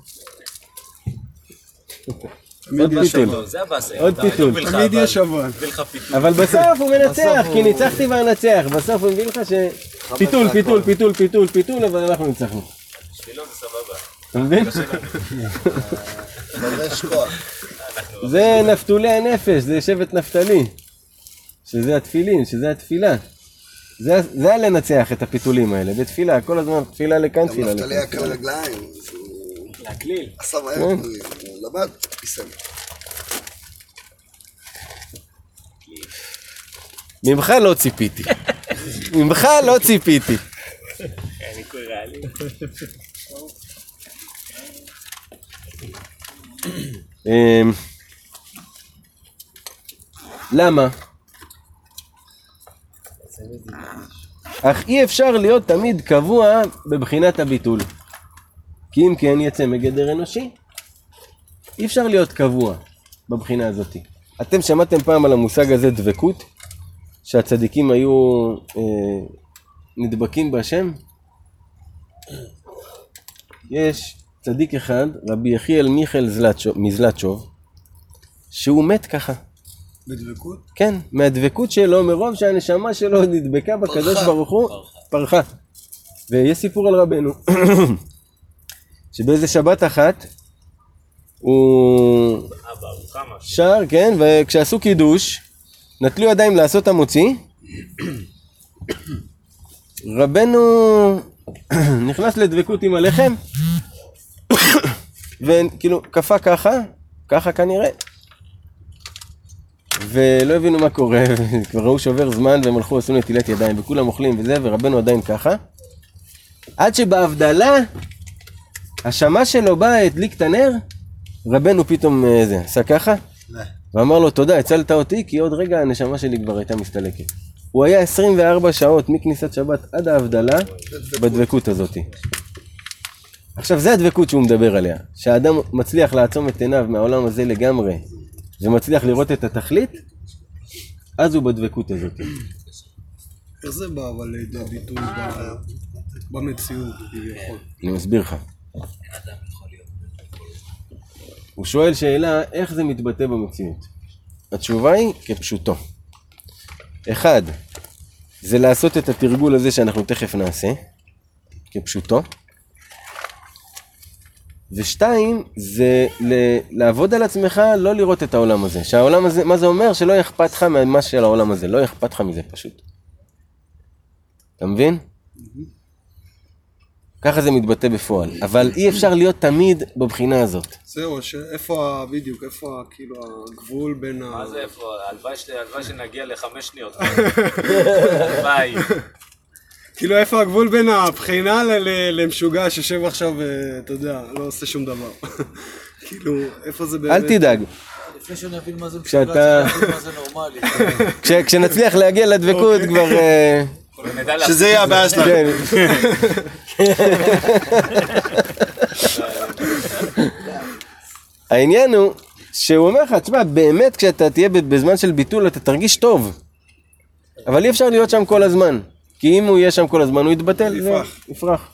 [SPEAKER 1] עוד פיתול,
[SPEAKER 4] זה הבאסה.
[SPEAKER 1] עוד פיתול.
[SPEAKER 7] תמיד יש אבל.
[SPEAKER 1] אבל בסוף הוא מנצח, כי ניצחתי ואנצח. בסוף הוא מביא לך שפיתול, פיתול, פיתול, פיתול, פיתול, אבל אנחנו ניצחנו.
[SPEAKER 4] בשבילו זה סבבה.
[SPEAKER 1] אתה מבין?
[SPEAKER 6] אבל יש כוח.
[SPEAKER 1] זה נפתולי הנפש, זה שבט נפתלי. שזה התפילין, שזה התפילה. זה, זה היה לנצח את הפיתולים האלה, בתפילה, כל הזמן תפילה לכאן,
[SPEAKER 6] גם
[SPEAKER 1] תפילה
[SPEAKER 6] נפתלי
[SPEAKER 1] לכאן.
[SPEAKER 6] הקל רגליים.
[SPEAKER 5] להקליל.
[SPEAKER 6] עשה מהר, למד, יישם.
[SPEAKER 1] ממך לא ציפיתי. ממך לא ציפיתי.
[SPEAKER 5] אני קורא לי.
[SPEAKER 1] אמ, למה? אך אי אפשר להיות תמיד קבוע בבחינת הביטול. כי אם כן יצא מגדר אנושי. אי אפשר להיות קבוע בבחינה הזאת. אתם שמעתם פעם על המושג הזה דבקות? שהצדיקים היו אה, נדבקים בהשם? יש צדיק אחד, רבי יחיאל מיכאל זלטשוב, מזלטשוב, שהוא מת ככה.
[SPEAKER 7] בדבקות?
[SPEAKER 1] כן, מהדבקות שלו, מרוב שהנשמה שלו נדבקה בקדוש ברוך הוא, פרחה. ויש סיפור על רבנו, שבאיזה שבת אחת, הוא שר, כן, וכשעשו קידוש, נטלו ידיים לעשות המוציא, רבנו נכנס לדבקות עם הלחם, וכאילו קפה ככה, ככה כנראה, ולא הבינו מה קורה, כבר ראו שובר זמן והם הלכו עשו נטילת ידיים וכולם אוכלים וזה, ורבנו עדיין ככה, עד שבהבדלה השמש שלו בא, הדליק את הנר, רבנו פתאום זה, עשה ככה, ואמר לו תודה, הצלת אותי כי עוד רגע הנשמה שלי כבר הייתה מסתלקת. הוא היה עשרים וארבע שעות מכניסת שבת עד ההבדלה בדבקות הזאת. עכשיו זה הדבקות שהוא מדבר עליה, שהאדם מצליח לעצום את עיניו מהעולם הזה לגמרי ומצליח לראות את התכלית, אז הוא בדבקות הזאת.
[SPEAKER 7] איך זה בא אבל לידי ביטוי במציאות?
[SPEAKER 1] אני מסביר לך. הוא שואל שאלה, איך זה מתבטא במציאות? התשובה היא כפשוטו. אחד, זה לעשות את התרגול הזה שאנחנו תכף נעשה, כפשוטו. ושתיים, זה לעבוד על עצמך, לא לראות את העולם הזה. שהעולם הזה, מה זה אומר? שלא אכפת לך ממה של העולם הזה, לא אכפת לך מזה פשוט. אתה מבין? ככה זה מתבטא בפועל, אבל אי אפשר להיות תמיד בבחינה הזאת.
[SPEAKER 7] זהו, איפה בדיוק, איפה כאילו הגבול בין ה...
[SPEAKER 4] מה זה איפה? הלוואי שנגיע לחמש שניות. הלוואי.
[SPEAKER 7] כאילו איפה הגבול בין הבחינה למשוגע שיושב עכשיו, אתה יודע, לא עושה שום דבר. כאילו, איפה זה באמת...
[SPEAKER 1] אל תדאג.
[SPEAKER 3] לפני שנבין מה זה משוגע, צריך להבין מה זה נורמלי.
[SPEAKER 1] כשנצליח להגיע לדבקות כבר...
[SPEAKER 2] שזה יהיה הבעיה שלנו.
[SPEAKER 1] העניין הוא שהוא אומר לך, תשמע, באמת כשאתה תהיה בזמן של ביטול אתה תרגיש טוב, אבל אי אפשר להיות שם כל הזמן, כי אם הוא יהיה שם כל הזמן הוא יתבטל, זה יפרח.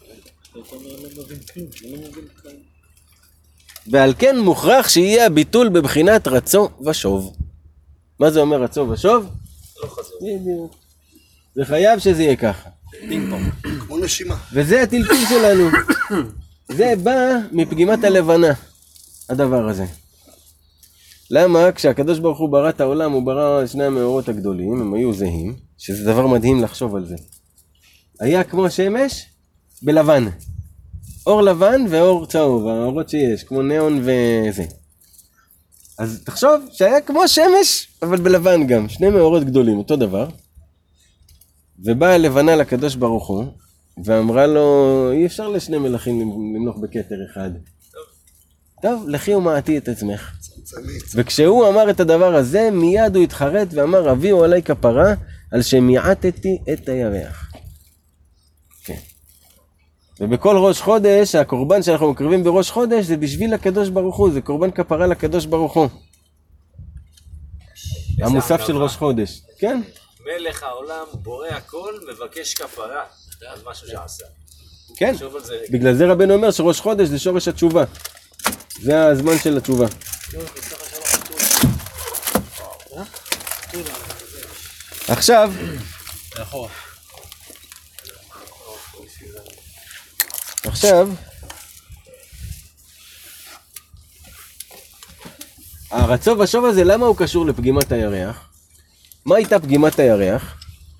[SPEAKER 1] ועל כן מוכרח שיהיה הביטול בבחינת רצו ושוב. מה זה אומר רצו ושוב?
[SPEAKER 4] לא חזור.
[SPEAKER 1] זה חייב שזה יהיה ככה.
[SPEAKER 6] כמו נשימה.
[SPEAKER 1] וזה הטלטול שלנו. זה בא מפגימת הלבנה, הדבר הזה. למה? כשהקדוש ברוך הוא ברא את העולם, הוא ברא שני המאורות הגדולים, הם היו זהים, שזה דבר מדהים לחשוב על זה. היה כמו השמש בלבן. אור לבן ואור צהוב, האורות שיש, כמו ניאון וזה. אז תחשוב שהיה כמו שמש, אבל בלבן גם, שני מאורות גדולים, אותו דבר. ובאה הלבנה לקדוש ברוך הוא, ואמרה לו, אי אפשר לשני מלכים למלוך בכתר אחד. טוב, לכי ומעטי את עצמך. וכשהוא אמר את הדבר הזה, מיד הוא התחרט ואמר, הביאו עליי כפרה, על שמיעטתי את הירח. כן. ובכל ראש חודש, הקורבן שאנחנו מקריבים בראש חודש, זה בשביל הקדוש ברוך הוא, זה קורבן כפרה לקדוש ברוך הוא. המוסף של ראש חודש. כן?
[SPEAKER 4] מלך העולם, בורא הכל, מבקש כפרה על משהו שעשה.
[SPEAKER 1] כן, בגלל זה רבנו אומר שראש חודש זה שורש התשובה. זה הזמן של התשובה. עכשיו, עכשיו, הרצוב ושוב הזה, למה הוא קשור לפגימת הירח? מה הייתה פגימת הירח?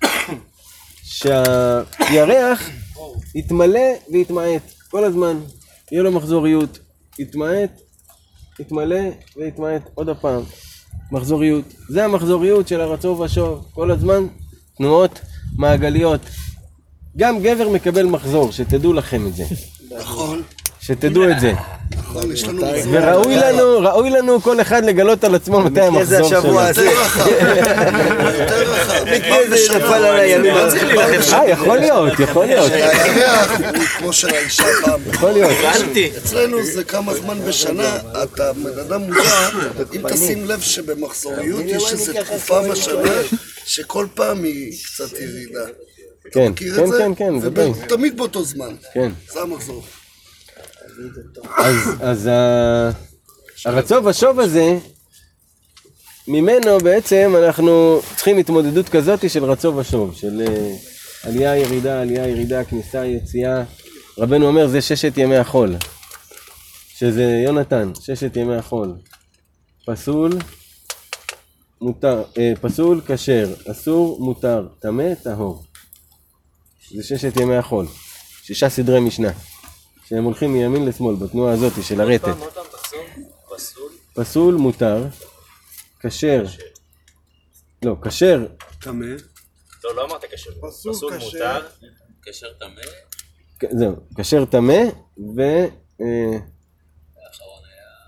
[SPEAKER 1] שהירח יתמלא ויתמעט כל הזמן, יהיה לו מחזוריות, יתמעט, יתמלא ויתמעט עוד הפעם, מחזוריות. זה המחזוריות של הרצוב ושוב, כל הזמן תנועות מעגליות. גם גבר מקבל מחזור, שתדעו לכם את זה.
[SPEAKER 6] נכון.
[SPEAKER 1] שתדעו את זה.
[SPEAKER 6] נכון, יש לנו...
[SPEAKER 1] וראוי לנו, ראוי לנו כל אחד לגלות על עצמו מתי המחזור שלו.
[SPEAKER 6] יותר רחב. יותר רחב.
[SPEAKER 5] מקרה זה נפל על הימים.
[SPEAKER 1] אה, יכול להיות, יכול להיות.
[SPEAKER 6] הירח הוא כמו של האישה פעם.
[SPEAKER 1] יכול להיות.
[SPEAKER 6] אצלנו זה כמה זמן בשנה, אתה בן אדם מודע, אם תשים לב שבמחזוריות יש איזו תקופה בשנה, שכל פעם היא קצת ירידה.
[SPEAKER 1] כן, כן, כן, כן, ודאי.
[SPEAKER 6] תמיד באותו זמן.
[SPEAKER 1] כן.
[SPEAKER 6] זה המחזור.
[SPEAKER 1] אז, אז הרצוב ושוב הזה, ממנו בעצם אנחנו צריכים התמודדות כזאת של רצוב ושוב, של עלייה, ירידה, עלייה, ירידה, כניסה, יציאה. רבנו אומר זה ששת ימי החול, שזה יונתן, ששת ימי החול. פסול, מותר, אה, פסול, כשר, אסור, מותר, טמא, טהור. זה ששת ימי החול, שישה סדרי משנה. שהם הולכים מימין לשמאל בתנועה הזאת של הרטט.
[SPEAKER 4] פסול.
[SPEAKER 1] פסול מותר, כשר, לא, כשר.
[SPEAKER 7] טמא.
[SPEAKER 4] לא, לא אמרת כשר. פסול מותר.
[SPEAKER 8] כשר טמא.
[SPEAKER 1] זהו, כשר טמא ו...
[SPEAKER 8] האחרון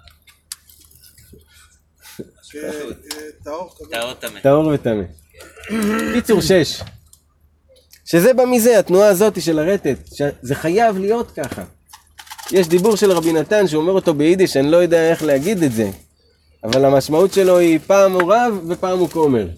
[SPEAKER 2] טהור
[SPEAKER 8] טמא.
[SPEAKER 1] טהור וטמא. קיצור שש. שזה בא מזה, התנועה הזאת של הרטט, זה חייב להיות ככה. יש דיבור של רבי נתן שאומר אותו ביידיש, אני לא יודע איך להגיד את זה, אבל המשמעות שלו היא פעם הוא רב ופעם הוא כומר.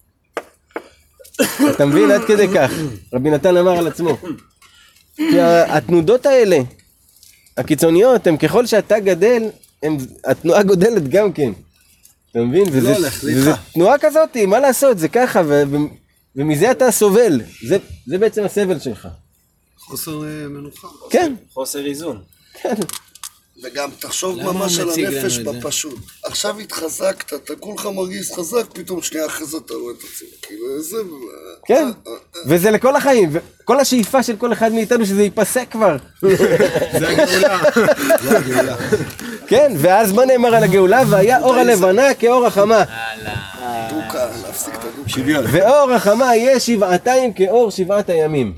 [SPEAKER 1] אתה מבין? עד כדי כך. רבי נתן אמר על עצמו. כי התנודות האלה, הקיצוניות, הם ככל שאתה גדל, הם, התנועה גודלת גם כן. אתה מבין? וזה,
[SPEAKER 7] לא הולך,
[SPEAKER 1] וזה תנועה כזאת, מה לעשות? זה ככה, ו, ו, ומזה אתה סובל. זה, זה בעצם הסבל שלך.
[SPEAKER 7] חוסר מנוחה.
[SPEAKER 1] כן.
[SPEAKER 4] חוסר איזון.
[SPEAKER 1] כן.
[SPEAKER 6] וגם תחשוב ממש על הנפש בפשוט. עכשיו התחזקת, אתה כולך מרגיש חזק, פתאום שנייה אחרי זה אתה רואה את עצמך. כאילו איזה...
[SPEAKER 1] כן, וזה לכל החיים, וכל השאיפה של כל אחד מאיתנו שזה ייפסק כבר.
[SPEAKER 7] זה הגאולה. זה הגאולה.
[SPEAKER 1] כן, ואז מה נאמר על הגאולה? והיה אור הלבנה כאור החמה.
[SPEAKER 6] דוקה, להפסיק את הדוקה.
[SPEAKER 7] שוויון.
[SPEAKER 1] ואור החמה יהיה שבעתיים כאור שבעת הימים.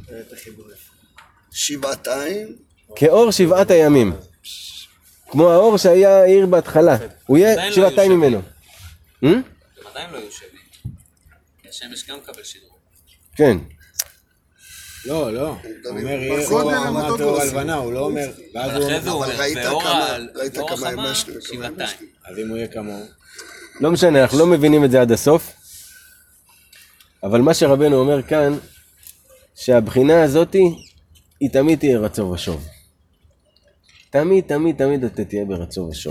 [SPEAKER 6] שבעתיים?
[SPEAKER 1] כאור שבעת הימים. כמו האור שהיה העיר בהתחלה. הוא יהיה שבעתיים ממנו.
[SPEAKER 8] עדיין לא יהיו שווים. כי השמש גם מקבל שידור.
[SPEAKER 1] כן.
[SPEAKER 9] לא, לא. הוא אומר, יהיה אור החמה כאור הלבנה, הוא לא אומר...
[SPEAKER 8] ואחרי זה הוא אומר, ואור החמה שבעתיים.
[SPEAKER 9] אז אם הוא יהיה כמוהו.
[SPEAKER 1] לא משנה, אנחנו לא מבינים את זה עד הסוף. אבל מה שרבנו אומר כאן, שהבחינה הזאת היא תמיד תהיה רצוב ושוב. תמיד, תמיד, תמיד אתה תהיה ברצוב ושוב.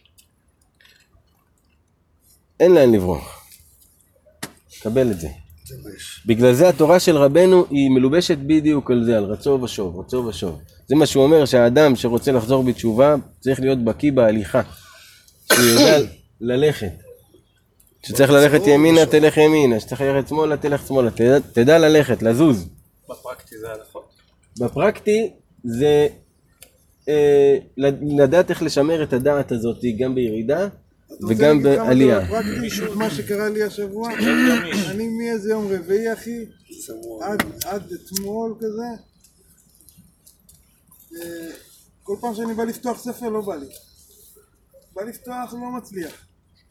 [SPEAKER 1] אין לאן לברוח. קבל את זה. בגלל זה התורה של רבנו היא מלובשת בדיוק על זה, על רצוב ושוב, רצוב ושוב. זה מה שהוא אומר, שהאדם שרוצה לחזור בתשובה צריך להיות בקיא בהליכה. שהוא יודע ללכת. שצריך ללכת ימינה, תלך ימינה. שצריך ללכת שמאלה, תלך שמאלה. תדע, תדע ללכת, לזוז.
[SPEAKER 4] בפרקטי זה הלכות.
[SPEAKER 1] בפרקטי זה אה, לדעת איך לשמר את הדעת הזאת גם בירידה וגם בעלייה.
[SPEAKER 2] מה שקרה לי השבוע, אני מאיזה יום רביעי אחי, עד אתמול כזה, כל פעם שאני בא לפתוח ספר לא בא לי. בא לפתוח לא מצליח.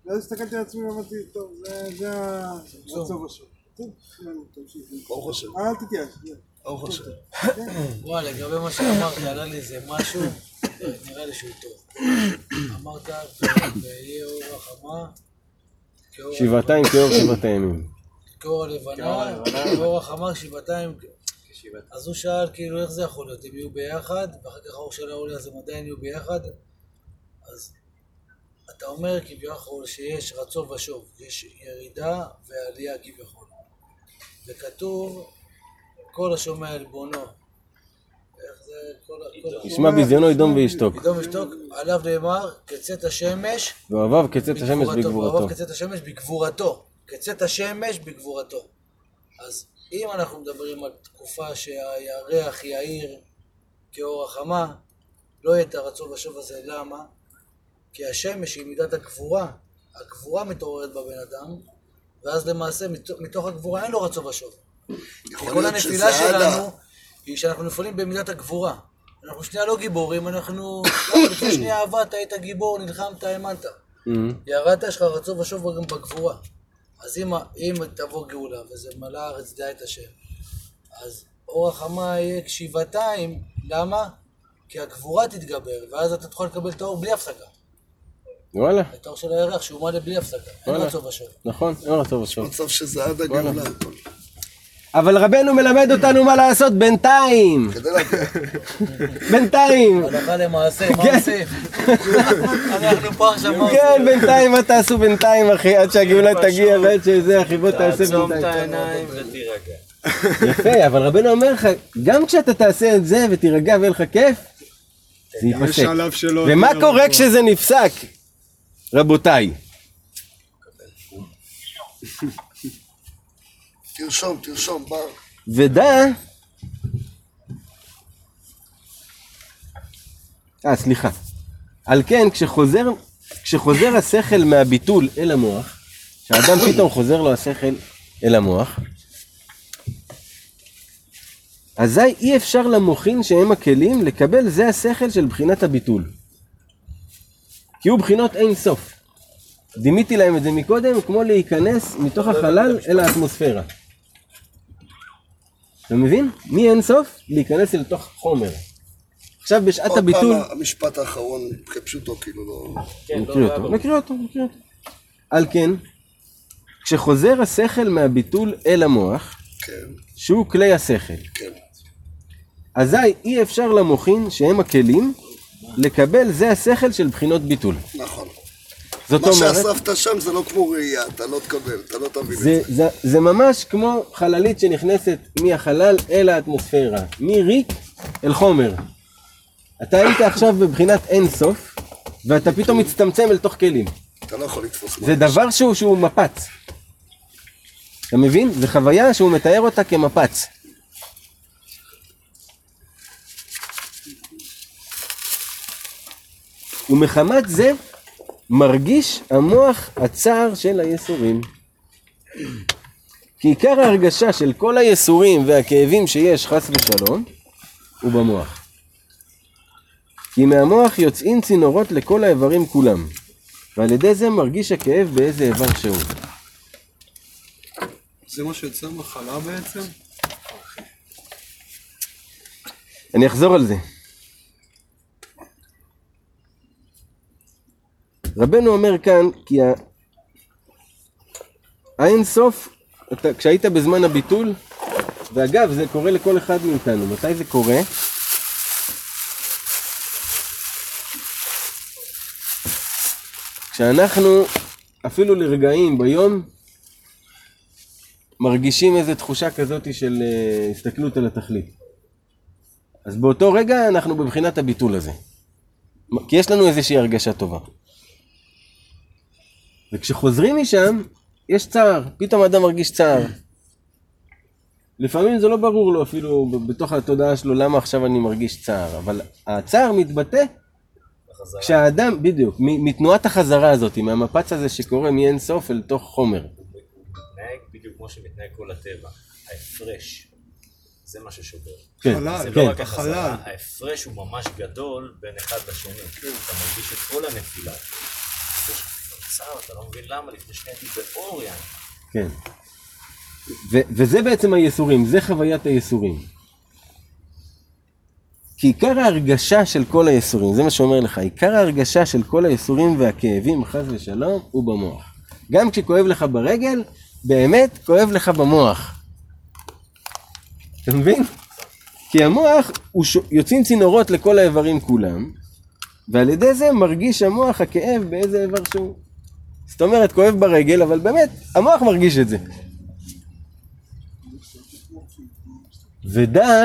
[SPEAKER 2] ואז הסתכלתי על עצמי ואמרתי, טוב, זה הרצון ושוב. טוב, תמשיך.
[SPEAKER 6] ברוך השם.
[SPEAKER 2] אל תתייאש.
[SPEAKER 6] ברוך השם.
[SPEAKER 3] וואי, לגבי מה שאמרת, עלה לי איזה משהו, נראה לי שהוא טוב. אמרת, ויהיה אור החמה,
[SPEAKER 1] שבעתיים כאור שבעת הימים.
[SPEAKER 3] כאור הלבנה, ואור החמה שבעתיים. אז הוא שאל, כאילו, איך זה יכול להיות? הם יהיו ביחד, ואחר כך האור של האור, אז הם עדיין יהיו ביחד. אז אתה אומר כביכול שיש רצון ושוב, יש ירידה ועלייה כביכול. וכתוב, כל השומע אלבונו. איך זה? כל...
[SPEAKER 1] ישמע בזיונו ידום וישתוק.
[SPEAKER 3] ידום וישתוק, עליו נאמר, כצאת השמש.
[SPEAKER 1] ואוהביו כצאת השמש בגבורתו.
[SPEAKER 3] ואוהביו כצאת השמש בגבורתו. כצאת השמש בגבורתו. אז אם אנחנו מדברים על תקופה שהירח יאיר כאור החמה, לא יהיה את הרצון ושוב הזה. למה? כי השמש היא מידת הגבורה. הגבורה מתעוררת בבן אדם, ואז למעשה מתוך הגבורה אין לו רצון ושוב. כל הנפילה שלנו היא שאנחנו נפולים במידת הגבורה. אנחנו שנייה לא גיבורים, אנחנו... לפני שנייה עבדת, היית גיבור, נלחמת, האמנת. ירדת, יש לך רצון ושוב גם בגבורה. אז אם, אם תבוא גאולה, וזה מלא הארץ דעה את השם, אז אור החמה יהיה שבעתיים. למה? כי הגבורה תתגבר, ואז אתה תוכל לקבל את האור בלי הפסקה.
[SPEAKER 1] וואלה.
[SPEAKER 3] את האור של הירח שהוא מלא בלי הפסקה. אין רצון ושוב.
[SPEAKER 1] נכון, אין רצון ושוב.
[SPEAKER 6] מצב שזה עד הגאולה.
[SPEAKER 1] אבל רבנו מלמד אותנו מה לעשות בינתיים.
[SPEAKER 6] כדי להגיע.
[SPEAKER 1] בינתיים.
[SPEAKER 3] הלכה למעשה, מה עושים? אנחנו פה עכשיו מה עושים?
[SPEAKER 1] כן, בינתיים, מה תעשו בינתיים, אחי? עד שהגאולה תגיע ועד שזה, אחי, בוא תעשה בינתיים.
[SPEAKER 4] תעצום את העיניים ותירגע.
[SPEAKER 1] יפה, אבל רבנו אומר לך, גם כשאתה תעשה את זה ותירגע ויהיה לך כיף, זה ייפסק. ומה קורה כשזה נפסק? רבותיי.
[SPEAKER 6] תרשום, תרשום, בר.
[SPEAKER 1] ודע... אה, סליחה. על כן, כשחוזר, כשחוזר השכל מהביטול אל המוח, כשאדם פתאום חוזר לו השכל אל המוח, אזי אי אפשר למוחין שהם הכלים לקבל זה השכל של בחינת הביטול. כי הוא בחינות אין סוף. דימיתי להם את זה מקודם, כמו להיכנס מתוך החלל אל האטמוספירה. אתה מבין? מי אין סוף? להיכנס אל תוך חומר. עכשיו בשעת הביטול...
[SPEAKER 6] עוד פעם המשפט האחרון, כפשוטו, כאילו לא...
[SPEAKER 1] נקריא אותו, נקריא אותו, נקריא אותו. על כן, כשחוזר השכל מהביטול אל המוח, שהוא כלי השכל, אזי אי אפשר למוחין שהם הכלים לקבל זה השכל של בחינות ביטול.
[SPEAKER 6] נכון.
[SPEAKER 1] זאת
[SPEAKER 6] מה
[SPEAKER 1] אומרת,
[SPEAKER 6] שאספת שם זה לא כמו ראייה, אתה לא תקבל, אתה לא תבין את
[SPEAKER 1] זה,
[SPEAKER 6] זה.
[SPEAKER 1] זה, זה ממש כמו חללית שנכנסת מהחלל אל האטמוספירה, מריק אל חומר. אתה היית עכשיו בבחינת אין סוף, ואתה פתאום מצטמצם אל תוך כלים.
[SPEAKER 6] אתה לא יכול לתפוס מה.
[SPEAKER 1] זה דבר שהוא, שהוא מפץ. אתה מבין? זה חוויה שהוא מתאר אותה כמפץ. ומחמת זה מרגיש המוח הצער של היסורים. כי עיקר ההרגשה של כל היסורים והכאבים שיש חס ושלום הוא במוח. כי מהמוח יוצאים צינורות לכל האיברים כולם, ועל ידי זה מרגיש הכאב באיזה איבר שהוא.
[SPEAKER 7] זה מה שיוצא מחלה בעצם?
[SPEAKER 1] אני אחזור על זה. רבנו אומר כאן, כי האין סוף, אתה, כשהיית בזמן הביטול, ואגב זה קורה לכל אחד מאיתנו, מתי זה קורה? כשאנחנו אפילו לרגעים ביום מרגישים איזו תחושה כזאת של uh, הסתכלות על התכלית. אז באותו רגע אנחנו בבחינת הביטול הזה. כי יש לנו איזושהי הרגשה טובה. וכשחוזרים משם, יש צער. פתאום האדם מרגיש צער. לפעמים זה לא ברור לו אפילו בתוך התודעה שלו למה עכשיו אני מרגיש צער. אבל הצער מתבטא כשהאדם, בדיוק, מתנועת החזרה הזאת, מהמפץ הזה שקורה מאין סוף אל תוך חומר.
[SPEAKER 4] מתנהג בדיוק כמו שמתנהג כל הטבע. ההפרש. זה מה ששובר.
[SPEAKER 1] כן,
[SPEAKER 4] זה
[SPEAKER 1] כן.
[SPEAKER 4] לא רק החזרה, ההפרש הוא ממש גדול בין אחד לשני. אתה מרגיש את כל הנפילה. קצר, אתה לא מבין למה, לפני שנהייתי באור, יעני.
[SPEAKER 1] כן. ו- וזה בעצם היסורים, זה חוויית היסורים. כי עיקר ההרגשה של כל היסורים, זה מה שאומר לך, עיקר ההרגשה של כל היסורים והכאבים, חס ושלום, הוא במוח. גם כשכואב לך ברגל, באמת כואב לך במוח. אתה מבין? כי המוח, הוא ש... יוצאים צינורות לכל האיברים כולם, ועל ידי זה מרגיש המוח הכאב באיזה איבר שהוא. זאת אומרת, כואב ברגל, אבל באמת, המוח מרגיש את זה. ודע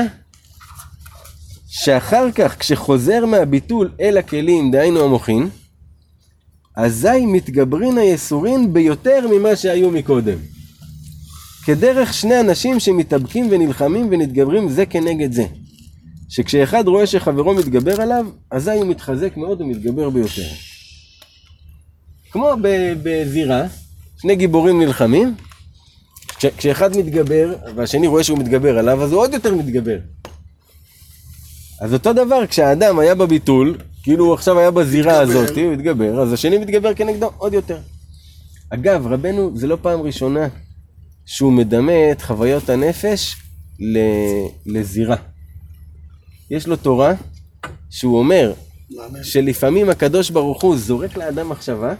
[SPEAKER 1] שאחר כך, כשחוזר מהביטול אל הכלים, דהיינו המוחין, אזי מתגברין היסורין ביותר ממה שהיו מקודם. כדרך שני אנשים שמתאבקים ונלחמים ונתגברים זה כנגד זה. שכשאחד רואה שחברו מתגבר עליו, אזי הוא מתחזק מאוד ומתגבר ביותר. כמו בזירה, שני גיבורים נלחמים, כש, כשאחד מתגבר והשני רואה שהוא מתגבר עליו, אז הוא עוד יותר מתגבר. אז אותו דבר, כשהאדם היה בביטול, כאילו הוא עכשיו היה בזירה הזאת, הוא מתגבר, אז השני מתגבר כנגדו עוד יותר. אגב, רבנו, זה לא פעם ראשונה שהוא מדמה את חוויות הנפש לזירה. יש לו תורה שהוא אומר שלפעמים הקדוש ברוך הוא זורק לאדם מחשבה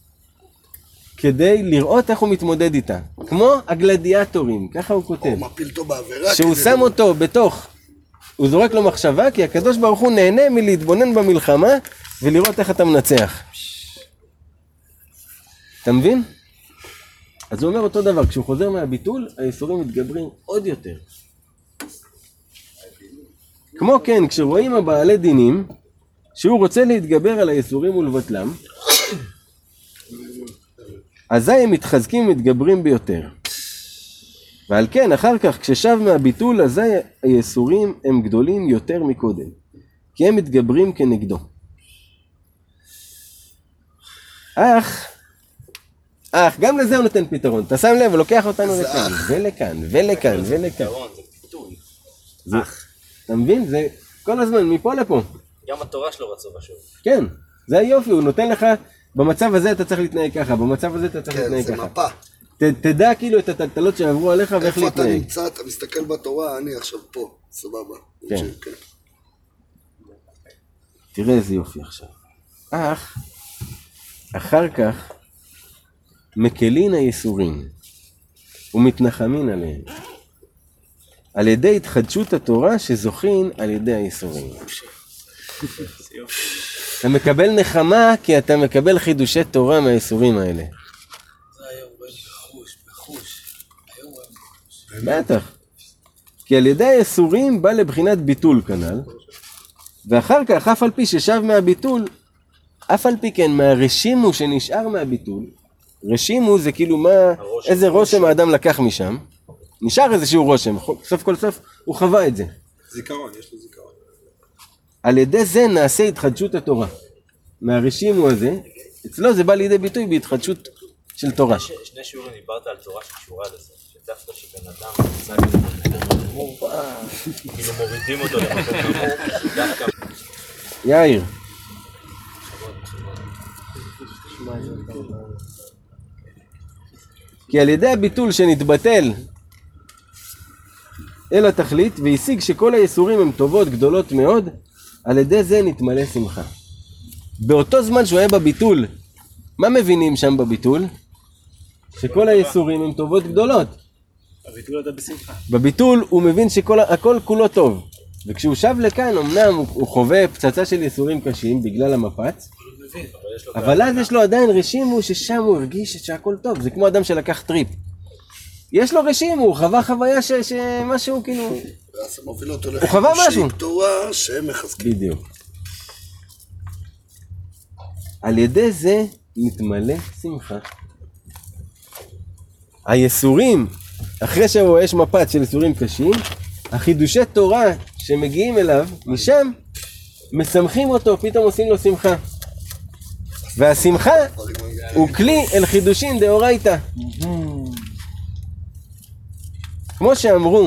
[SPEAKER 1] כדי לראות איך הוא מתמודד איתה. כמו הגלדיאטורים, ככה הוא כותב.
[SPEAKER 6] הוא מפיל אותו בעבירה.
[SPEAKER 1] שהוא שם אותו בתוך, הוא זורק לו מחשבה כי הקדוש ברוך הוא נהנה מלהתבונן במלחמה ולראות איך אתה מנצח. אתה מבין? אז הוא אומר אותו דבר, כשהוא חוזר מהביטול, היסורים מתגברים עוד יותר. כמו כן, כשרואים הבעלי דינים, שהוא רוצה להתגבר על היסורים ולבטלם, אזי הם מתחזקים ומתגברים ביותר. ועל כן, אחר כך, כששב מהביטול, אזי היסורים הם גדולים יותר מקודם, כי הם מתגברים כנגדו. אך, אך, גם לזה הוא נותן פתרון. אתה שם לב, הוא לוקח אותנו לכאן, ולכאן, ולכאן, ולכאן.
[SPEAKER 4] זה פיתוי.
[SPEAKER 1] אך. אתה מבין? זה כל הזמן, מפה לפה.
[SPEAKER 4] גם התורה שלו רצו בשוב.
[SPEAKER 1] כן, זה היופי, הוא נותן לך, במצב הזה אתה צריך להתנהג ככה, במצב הזה אתה צריך להתנהג ככה.
[SPEAKER 6] כן, זה מפה.
[SPEAKER 1] ת, תדע כאילו את הטלטלות שעברו עליך ואיך להתנהג.
[SPEAKER 6] איפה אתה נמצא, אתה מסתכל בתורה, אני עכשיו פה, סבבה.
[SPEAKER 1] כן. תראה איזה יופי עכשיו. אך, אחר כך, מקלין היסורים, ומתנחמין עליהם. על ידי התחדשות התורה שזוכין על ידי היסורים. אתה מקבל נחמה כי אתה מקבל חידושי תורה מהיסורים האלה.
[SPEAKER 3] זה היום רואים בחוש, בחוש. היום רואים בחוש.
[SPEAKER 1] בטח. כי על ידי היסורים בא לבחינת ביטול כנל, ואחר כך אף על פי ששב מהביטול, אף על פי כן מהרשימו שנשאר מהביטול, רשימו זה כאילו מה, איזה רושם האדם לקח משם, נשאר איזשהו רושם, סוף כל סוף הוא חווה את זה.
[SPEAKER 7] זיכרון, יש לו זיכרון.
[SPEAKER 1] על ידי זה נעשה התחדשות התורה. מהרשימו הזה, אצלו זה בא לידי ביטוי בהתחדשות של תורה.
[SPEAKER 4] שני שיעורים דיברת על תורה שקשורה לזה, שדווקא שבן אדם נמצא במקום נמוך, כאילו מורידים אותו למקום נמוך, דווקא...
[SPEAKER 1] יאיר. כי על ידי הביטול שנתבטל אל התכלית והשיג שכל היסורים הם טובות גדולות מאוד, על ידי זה נתמלא שמחה. באותו זמן שהוא היה בביטול, מה מבינים שם בביטול? שכל היסורים הם טובות גדולות.
[SPEAKER 10] הביטול אתה בשמחה.
[SPEAKER 1] בביטול הוא מבין שהכל כולו טוב. וכשהוא שב לכאן, אמנם הוא, הוא חווה פצצה של יסורים קשים בגלל המפץ, אבל אז יש לו עדיין רשימו ששם הוא הרגיש שהכל טוב. זה כמו אדם שלקח טריפ. יש לו רשימו, הוא חווה חוויה ש, שמשהו כאילו...
[SPEAKER 6] ואז זה מוביל אותו
[SPEAKER 1] הוא חווה משהו.
[SPEAKER 6] לחידושי תורה שהם מחזקים.
[SPEAKER 1] בדיוק. על ידי זה מתמלא שמחה. היסורים, אחרי שהוא יש מפץ של יסורים קשים, החידושי תורה שמגיעים אליו, משם, משמחים אותו, פתאום עושים לו שמחה. והשמחה הוא כלי אל חידושין דאורייתא. כמו שאמרו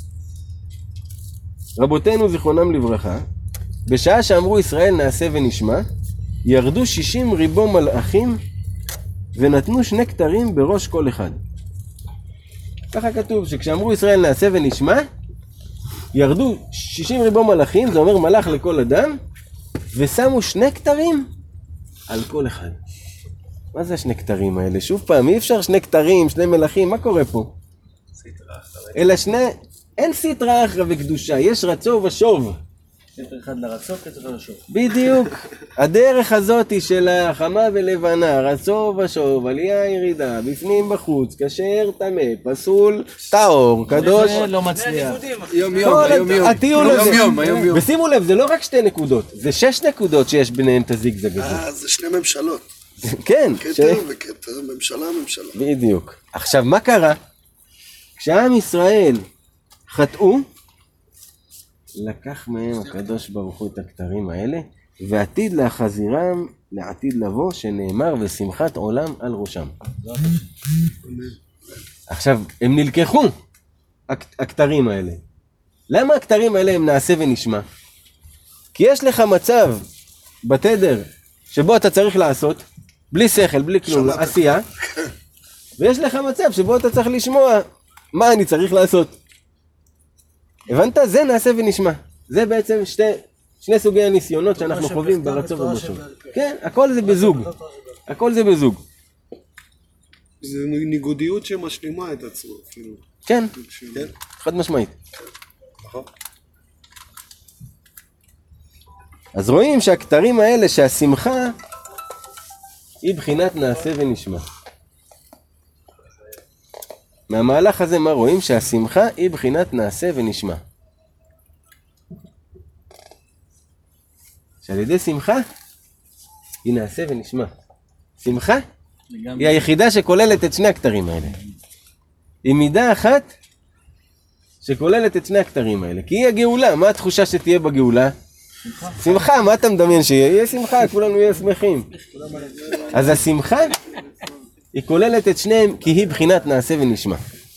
[SPEAKER 1] רבותינו זיכרונם לברכה, בשעה שאמרו ישראל נעשה ונשמע, ירדו שישים ריבו מלאכים ונתנו שני כתרים בראש כל אחד. ככה כתוב שכשאמרו ישראל נעשה ונשמע, ירדו שישים ריבו מלאכים, זה אומר מלאך לכל אדם, ושמו שני כתרים על כל אחד. מה זה השני כתרים האלה? שוב פעם, אי אפשר שני כתרים, שני מלאכים, מה קורה פה? אלא שני, אין סטרא אחרא וקדושה, יש רצו ושוב.
[SPEAKER 3] כתר אחד לרצו, כתר לשוב.
[SPEAKER 1] בדיוק. הדרך הזאת היא של החמה ולבנה, רצו ושוב, עלייה ירידה, בפנים בחוץ, כשר, טמא, פסול, טהור, קדוש.
[SPEAKER 3] זה לא מצליח.
[SPEAKER 2] יום יום, היום יום.
[SPEAKER 1] הטיול הזה.
[SPEAKER 2] יום היום יום.
[SPEAKER 1] ושימו לב, זה לא רק שתי נקודות, זה שש נקודות שיש ביניהם את הזיגזג הזה.
[SPEAKER 6] אה, זה שני ממשלות.
[SPEAKER 1] כן.
[SPEAKER 6] כתר וכתר, ממשלה, ממשלה.
[SPEAKER 1] בדיוק. עכשיו, מה קרה? כשעם ישראל חטאו, לקח מהם הקדוש ברוך הוא את הכתרים האלה, ועתיד להחזירם לעתיד לבוא, שנאמר ושמחת עולם על ראשם. עכשיו, הם נלקחו, הכתרים האלה. למה הכתרים האלה הם נעשה ונשמע? כי יש לך מצב בתדר שבו אתה צריך לעשות, בלי שכל, בלי כלום, עשייה, ויש לך מצב שבו אתה צריך לשמוע מה אני צריך לעשות. הבנת? זה נעשה ונשמע. זה בעצם שתי, שני סוגי הניסיונות שאנחנו חווים ברצון ובשוב. כן, הכל זה בזוג. הכל זה בזוג.
[SPEAKER 7] זה ניגודיות שמשלימה את עצמו, כאילו.
[SPEAKER 1] כן, חד משמעית. אז רואים שהכתרים האלה, שהשמחה היא בחינת נעשה ונשמע. מהמהלך הזה מה רואים? שהשמחה היא בחינת נעשה ונשמע. שעל ידי שמחה היא נעשה ונשמע. שמחה היא היחידה שכוללת את שני הכתרים האלה. היא מידה אחת שכוללת את שני הכתרים האלה. כי היא הגאולה. מה התחושה שתהיה בגאולה? שמחה. שמחה, מה אתה מדמיין שיהיה? יהיה שמחה, כולנו יהיה שמחים. אז השמחה היא כוללת את שניהם כי היא בחינת נעשה ונשמע.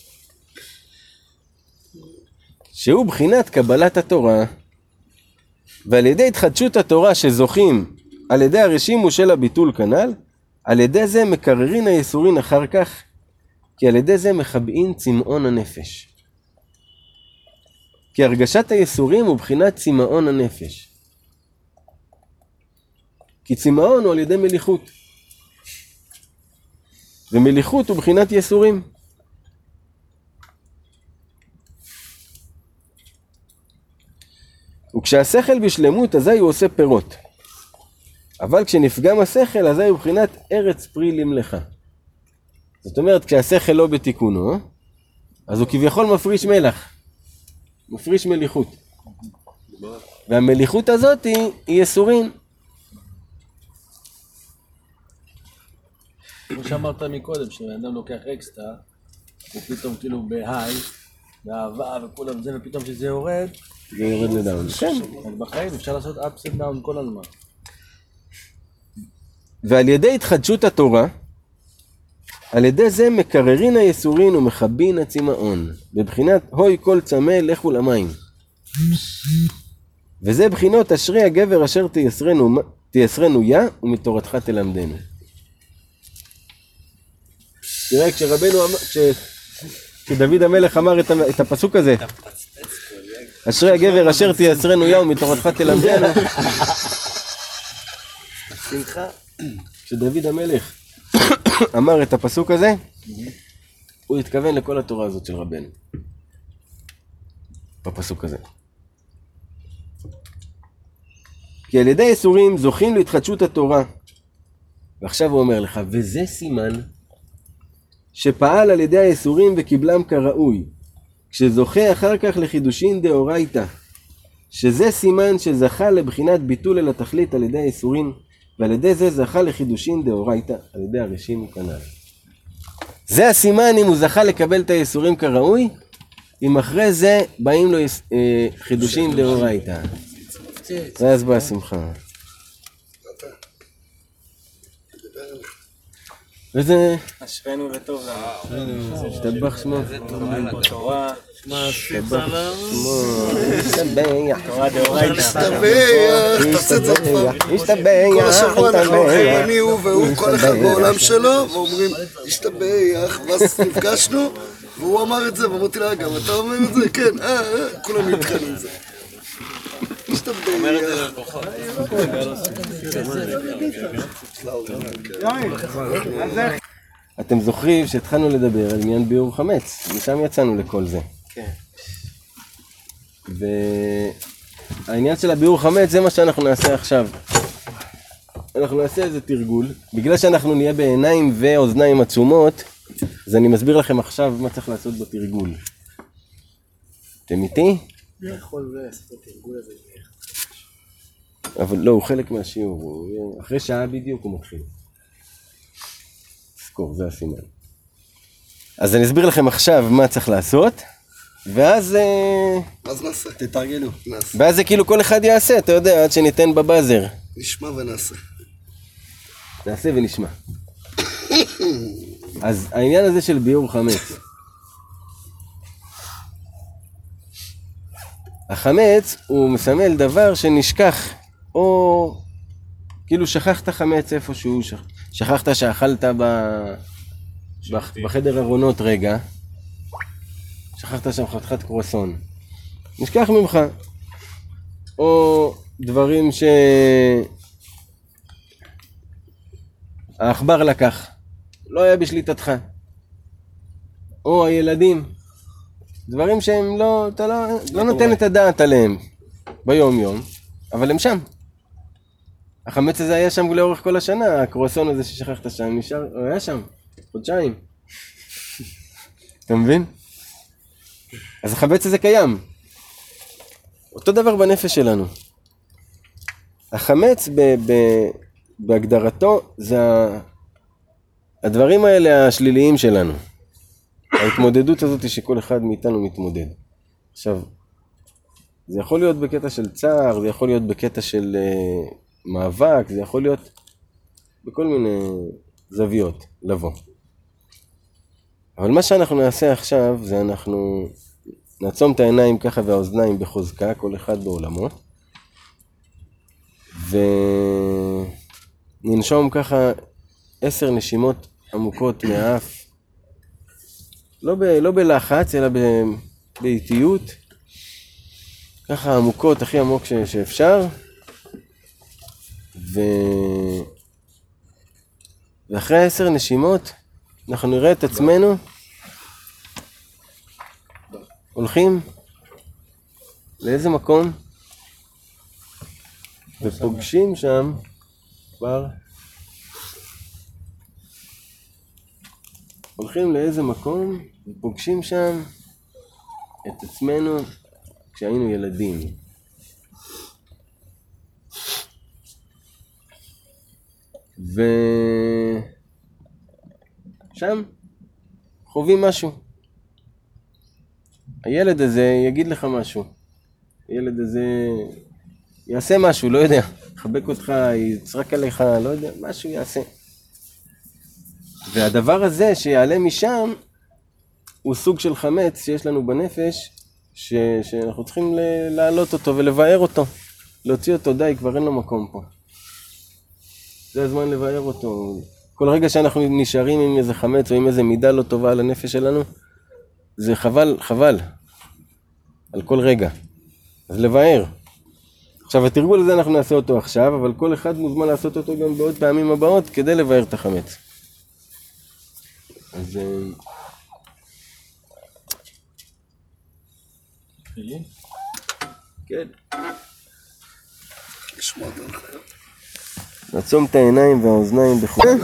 [SPEAKER 1] שהוא בחינת קבלת התורה, ועל ידי התחדשות התורה שזוכים על ידי הרשימו של הביטול כנ"ל, על ידי זה מקררין היסורין אחר כך, כי על ידי זה מחבאים צמאון הנפש. כי הרגשת היסורים הוא בחינת צמאון הנפש. כי צמאון הוא על ידי מליחות. ומליחות הוא בחינת יסורים. וכשהשכל בשלמות, אזי הוא עושה פירות. אבל כשנפגם השכל, אזי הוא בחינת ארץ פרי למלך. זאת אומרת, כשהשכל לא בתיקונו, אז הוא כביכול מפריש מלח. מפריש מליחות. והמליחות הזאת היא, היא יסורים.
[SPEAKER 3] כמו שאמרת מקודם, כשאדם לוקח אקסטרה, ופתאום כאילו בהיי, באהבה וכולם זה, ופתאום שזה יורד,
[SPEAKER 1] זה יורד לדאון. כן.
[SPEAKER 3] אז בחיים אפשר לעשות ups and down כל הזמן.
[SPEAKER 1] ועל ידי התחדשות התורה, על ידי זה מקררין היסורין ומחבין הצמאון, בבחינת הוי כל צמא לכו למים. וזה בחינות אשרי הגבר אשר תייסרנו, תייסרנו יה ומתורתך תלמדנו. תראה, כשרבנו אמר, כש, כשדוד המלך אמר את, את הפסוק הזה, אשרי הגבר אשר תייסרנו יה ומתורתך תלמדנו. שמחה. כשדוד המלך אמר את הפסוק הזה, הוא התכוון לכל התורה הזאת של רבנו. בפסוק הזה. כי על ידי יסורים זוכים להתחדשות התורה. ועכשיו הוא אומר לך, וזה סימן שפעל על ידי היסורים וקיבלם כראוי, כשזוכה אחר כך לחידושין דאורייתא, שזה סימן שזכה לבחינת ביטול אל התכלית על ידי היסורים, ועל ידי זה זכה לחידושין דאורייתא על ידי הרשים כנ"ל. זה הסימן אם הוא זכה לקבל את היסורים כראוי, אם אחרי זה באים לו יס... אה, חידושין דאורייתא. ואז באה שמחה. וזה...
[SPEAKER 10] אשרנו וטוב לנו.
[SPEAKER 1] השתבח שמו.
[SPEAKER 10] בתורה.
[SPEAKER 9] מה עשית לה?
[SPEAKER 1] השתבח,
[SPEAKER 6] השתבח, תעשה את זה כבר.
[SPEAKER 1] השתבח,
[SPEAKER 6] כל השבוע אנחנו הולכים, אני הוא והוא, כל אחד
[SPEAKER 1] השתבח.
[SPEAKER 6] בעולם שלו, ואומרים, השתבח, ואז נפגשנו, והוא אמר את זה, ואמרתי לה, גם אתה אומר את זה? כן, אה, אה, כולם נתחן עם זה. השתבח.
[SPEAKER 1] אתם זוכרים שהתחלנו לדבר על עניין ביעור חמץ, משם יצאנו לכל זה.
[SPEAKER 9] כן.
[SPEAKER 1] והעניין של הביעור חמץ זה מה שאנחנו נעשה עכשיו. אנחנו נעשה איזה תרגול, בגלל שאנחנו נהיה בעיניים ואוזניים עצומות, אז אני מסביר לכם עכשיו מה צריך לעשות בתרגול. אתם איתי?
[SPEAKER 9] אני יכול לעשות את התרגול הזה.
[SPEAKER 1] אבל לא, הוא חלק מהשיעור, הוא... אחרי שעה בדיוק הוא מתחיל. זכור, זה הסימן. אז אני אסביר לכם עכשיו מה צריך לעשות, ואז...
[SPEAKER 6] אז נעשה.
[SPEAKER 7] תתרגלו.
[SPEAKER 6] נעשה.
[SPEAKER 1] ואז זה כאילו כל אחד יעשה, אתה יודע, עד שניתן בבאזר.
[SPEAKER 6] נשמע ונעשה.
[SPEAKER 1] נעשה ונשמע. אז העניין הזה של ביעור חמץ. החמץ הוא מסמל דבר שנשכח, או כאילו שכחת חמץ איפשהו, שכחת שאכלת ב... בחדר ארונות רגע, שכחת שם חתיכת קרואסון, נשכח ממך, או דברים ש... העכבר לקח, לא היה בשליטתך, או הילדים, דברים שהם לא, אתה לא, לא נותן את הדעת עליהם ביום יום, אבל הם שם. החמץ הזה היה שם לאורך כל השנה, הקרואסון הזה ששכחת שם, נשאר, הוא היה שם, חודשיים. אתה מבין? אז החמץ הזה קיים. אותו דבר בנפש שלנו. החמץ ב, ב, בהגדרתו זה הדברים האלה השליליים שלנו. ההתמודדות הזאת היא שכל אחד מאיתנו מתמודד. עכשיו, זה יכול להיות בקטע של צער, זה יכול להיות בקטע של uh, מאבק, זה יכול להיות בכל מיני זוויות לבוא. אבל מה שאנחנו נעשה עכשיו זה אנחנו נעצום את העיניים ככה והאוזניים בחוזקה, כל אחד בעולמו, וננשום ככה עשר נשימות עמוקות מהאף, לא, ב, לא בלחץ, אלא ב, באיטיות, ככה עמוקות, הכי עמוק ש, שאפשר, ו... ואחרי עשר נשימות, אנחנו נראה את עצמנו, הולכים לאיזה מקום, ופוגשים שם כבר, הולכים לאיזה מקום, ופוגשים שם את עצמנו כשהיינו ילדים. ושם חווים משהו. הילד הזה יגיד לך משהו. הילד הזה יעשה משהו, לא יודע. יחבק אותך, יצרק עליך, לא יודע, משהו יעשה. והדבר הזה שיעלה משם, הוא סוג של חמץ שיש לנו בנפש, ש... שאנחנו צריכים להעלות אותו ולבאר אותו. להוציא אותו, די, כבר אין לו מקום פה. זה הזמן לבאר אותו. כל רגע שאנחנו נשארים עם איזה חמץ או עם איזה מידה לא טובה על הנפש שלנו, זה חבל, חבל. על כל רגע. אז לבאר. עכשיו, התרגול הזה אנחנו נעשה אותו עכשיו, אבל כל אחד מוזמן לעשות אותו גם בעוד פעמים הבאות כדי לבאר את החמץ. אז... כן.
[SPEAKER 6] לשמוע את ההנחיות.
[SPEAKER 1] נעצום את העיניים והאוזניים בחוץ.